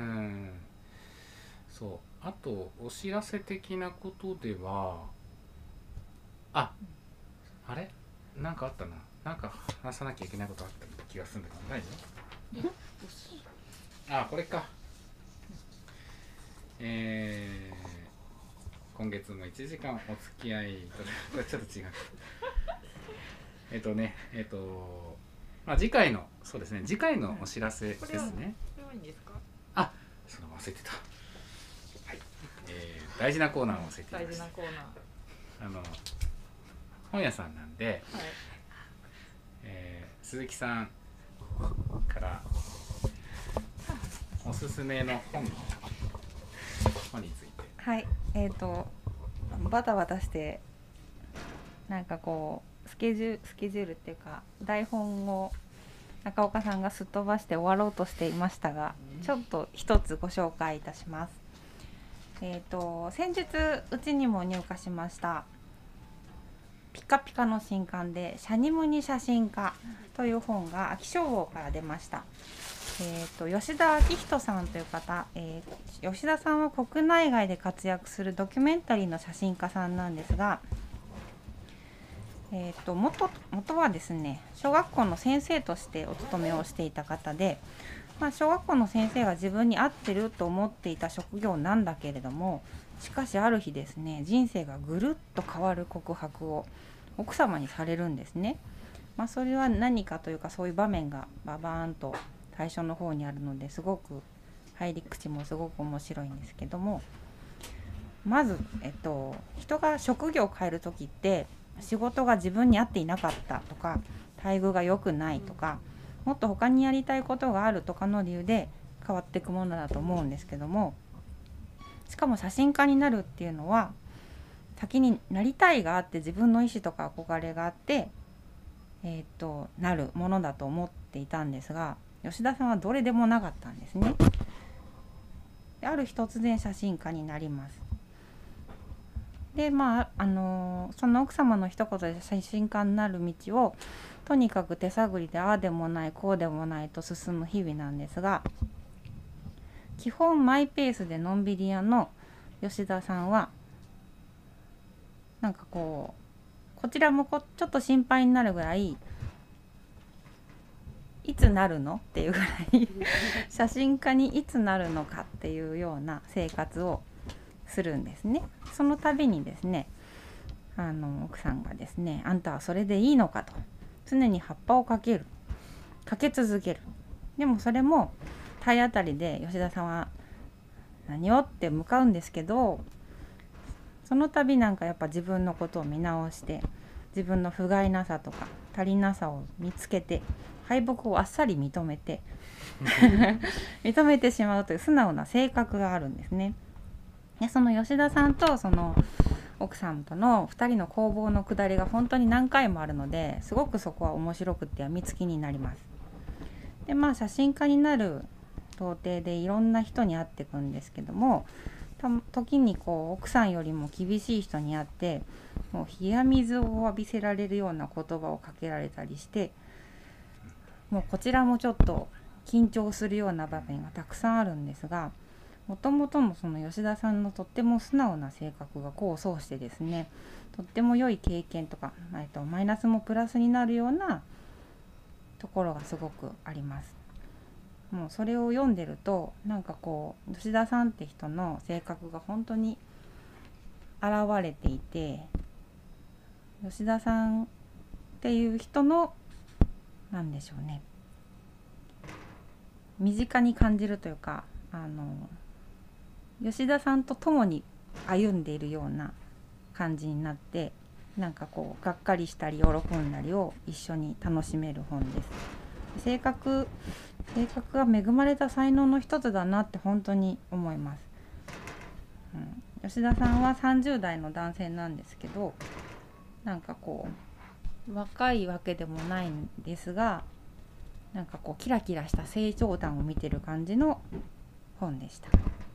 そうあとお知らせ的なことでは、あ、あれなんかあったな、なんか話さなきゃいけないことあった気がするんだけど、ないの？あ、これか。えー、今月もいちじかんお付き合いとこれちょっと違うえっとねえっとまあ次回のそうですね次回のお知らせですね。これはいいんですか？ あ、その忘れてた。はい、えー、大事なコーナーを忘れています。 大事なコーナー。 あの本屋さんなんで、はい、えー、鈴木さんからおすすめの本本について。 はい、えっとバタバタしてなんかこうスケジュールスケジュールっていうか台本を中岡さんがすっ飛ばして終わろうとしていましたが、ちょっと一つご紹介いたします。えっと先日うちにも入荷しましたピカピカの新刊でシャニムニ写真家という本が秋書房から出ました。えー、と吉田明人さんという方、えー、吉田さんは国内外で活躍するドキュメンタリーの写真家さんなんですが、えー、と 元, 元はですね小学校の先生としてお勤めをしていた方で、まあ、小学校の先生が自分に合ってると思っていた職業なんだけれども、しかしある日ですね人生がぐるっと変わる告白を奥様にされるんですね。まあ、それは何かというかそういう場面がババーンと最初の方にあるのですごく入り口もすごく面白いんですけども、まず、えっと、人が職業を変える時って仕事が自分に合っていなかったとか待遇が良くないとかもっと他にやりたいことがあるとかの理由で変わっていくものだと思うんですけども、しかも写真家になるっていうのは先になりたいがあって自分の意思とか憧れがあって、えー、っとなるものだと思っていたんですが、吉田さんはどれでもなかったんですね。である日突然写真家になります。でまああのー、その奥様の一言で写真家になる道をとにかく手探りでああでもないこうでもないと進む日々なんですが、基本マイペースでのんびり屋の吉田さんはなんかこうこちらもこちょっと心配になるぐらいいつなるのっていうぐらい写真家にいつなるのかっていうような生活をするんですね。その度にですねあの奥さんがですねあんたはそれでいいのかと常に葉っぱをかけるかけ続ける。でもそれも体当たりで吉田さんは何をって向かうんですけど、その度なんかやっぱ自分のことを見直して自分の不甲斐なさとか足りなさを見つけて敗北をあっさり認めて認めてしまうという素直な性格があるんですね。でその吉田さんとその奥さんとのふたりの攻防の下りが本当に何回もあるのですごくそこは面白くてやみつきになります。でまあ写真家になる到底でいろんな人に会っていくんですけども、時にこう奥さんよりも厳しい人に会ってもう冷や水を浴びせられるような言葉をかけられたりして、もうこちらもちょっと緊張するような場面がたくさんあるんですが、もともとのその吉田さんのとっても素直な性格が功を奏してですね、とっても良い経験とか、えっと、マイナスもプラスになるようなところがすごくあります。もうそれを読んでるとなんかこう吉田さんって人の性格が本当に現れていて、吉田さんっていう人のなんでしょうね、身近に感じるというか、あの吉田さんと共に歩んでいるような感じになって、なんかこうがっかりしたり喜んだりを一緒に楽しめる本です。性格性格が恵まれた才能の一つだなって本当に思います、うん、吉田さんはさんじゅう代の男性なんですけど、なんかこう若いわけでもないんですが、なんかこうキラキラした成長談を見てる感じの本でした。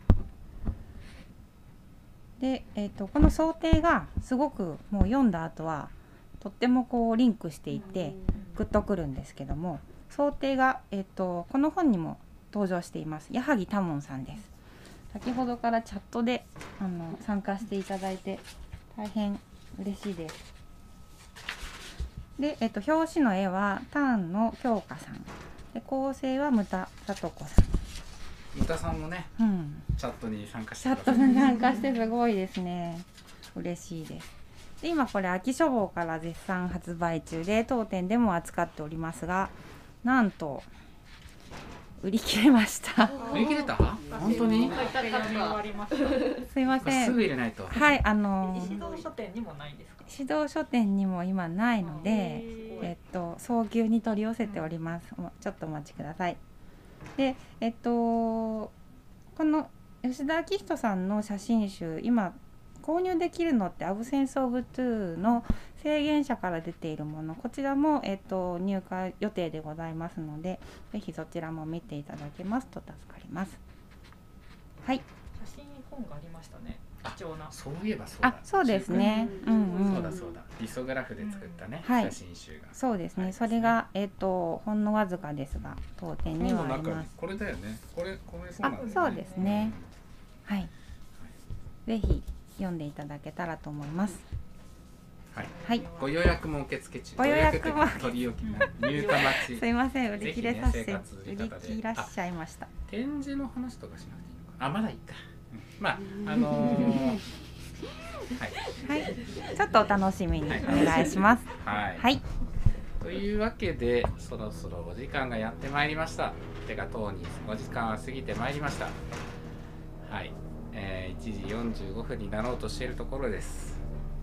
で、えーと、この想定がすごくもう読んだ後はとってもこうリンクしていてグッとくるんですけども、想定が、えーと、この本にも登場しています矢作多聞さんです。先ほどからチャットであの参加していただいて大変嬉しいです。で、えーと、表紙の絵はターンの京香さんで、構成は牟田聡子さん。 牟田さんもね、うん、チャットに参加してください。チャットに参加してすごいですね。嬉しいです。で今これ秋書房から絶賛発売中で当店でも扱っておりますが、なんと売り切れました。 売り切れた？本当に？ すいません。 すぐ入れないと。 はい、あの指導書店にもないんですか？ 指導書店にも今ないので、えっと早急に取り寄せております。ちょっとお待ちください。で、えっとこの吉田明人さんの写真集、今購入できるのってアブセンスオブトゥーの制限者から出ているもの、こちらも、えっと、入荷予定でございますので、ぜひそちらも見ていただけますと助かります。はい。 写真本がありましたね。貴重な。 そういえばそうだ。 あ、そうですね。うんうん。 そうだそうだ。リソグラフで作ったね、 うん、 写真集が。 そうですね。それがえっとほんのわずかですが当店にはあります。 これだよね。これこれそうなんですね。 あ、そうですね。はい。ぜひ読んでいただけたらと思います。 はい。 はい。 ご予約も受付中。 ご予約も取り置きも入荷待ち。 すいません、売り切れさせて、ね、売り切らしちゃいました。 展示の話とかしなくていいのか。あ、まだいいか。まああのー、はいはい。ちょっとお楽しみにお願いします。 はい。 はい。 というわけでそろそろお時間がやってまいりました。てかとうにお時間は過ぎてまいりました。はい。えー、いちじよんじゅうごふんになろうとしているところです。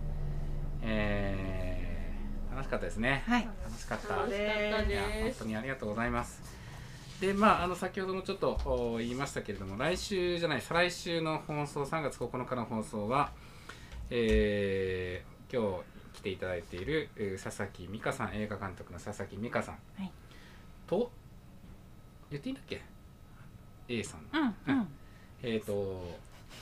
えー、楽しかったですね。 はい。 楽しかった。 楽しかったです。 いや本当にありがとうございます。で、まああの先ほどもちょっと言いましたけれども、来週じゃない再来週の放送、さんがつここのかの放送は、えー、今日来ていただいている佐々木美香さん、映画監督の佐々木美香さん、 はい、 と言っていいんだっけ？ A さん。 うんうん。 えっと。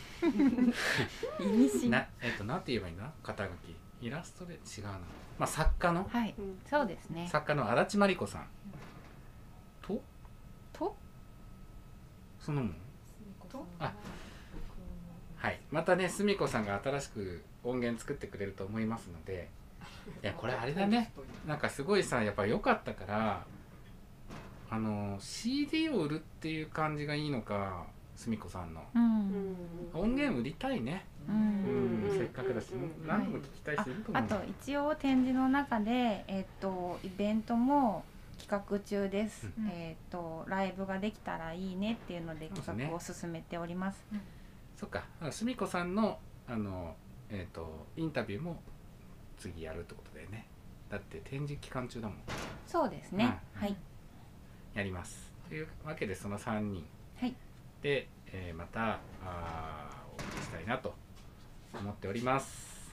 なえっとなんて言えばいいんだ、肩書きイラストで違うな、まあ作家の、 はい、そうですね、 作家の足立真理子さんととそのもんあはいまたねすみこさんが新しく音源作ってくれると思いますので、いやこれあれだね、なんかすごいさやっぱ良かったから、あの シーディー を売るっていう感じがいいのか、すみこさんの、うん、音源売りたいね、うんうん、せっかくだし何度も聞きたい人いると思う、 はい、あと一応展示の中で、えー、とイベントも企画中です、うん、えー、とライブができたらいいねっていうので企画を進めております。 そっか、すみこさんの、あの、えー、とインタビューも次やるってことだよね。だって展示期間中だもん。 そうですね、うん、はい、 やりますというわけで、そのさんにんで、えー、またあお送りしたいなと思っております。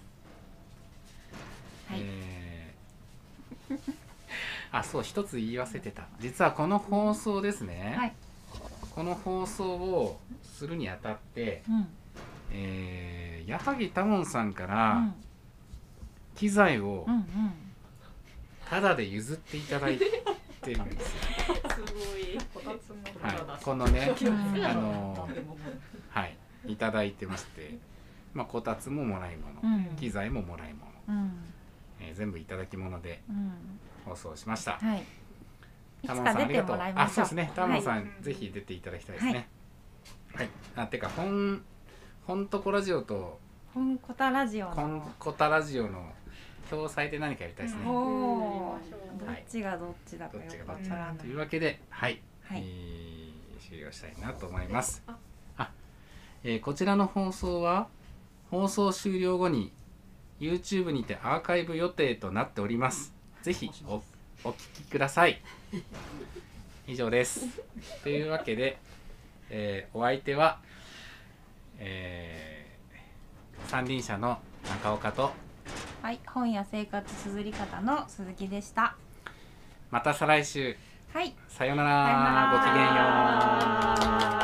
はい、えー、あ、そう、一つ言い忘れてた。実はこの放送ですね、はい、この放送をするにあたって、うん、えー、矢作多聞さんから機材をタダで譲っていただいてるんですよ。 すごい。 はい、このね、あのはい、いただいてまして、まあ、こたつももらい物、うん、機材ももらい物、うん、えー、全部いただき物で放送しました。はい、 いつか出てもらいましょう。 あ、そうですね。タモさん、はい、ぜひ出ていただきたいですね。はい。はい、あ、てか本本とこラジオと本こたラジオの本こたラジオの共催で何かやりたいですね。 おお、どっちがどっちだかよくわからない。 というわけで、はい、はい、えー、終了したいなと思います。あ、えー、こちらの放送は放送終了後に YouTube にてアーカイブ予定となっております。ぜひおお聞きください。以上です。というわけで、えー、お相手は、えー、三輪車の中岡と、 はい、本屋生活綴り方の鈴木でした。 また再来週。 はい。 さようなら。ごきげんよう。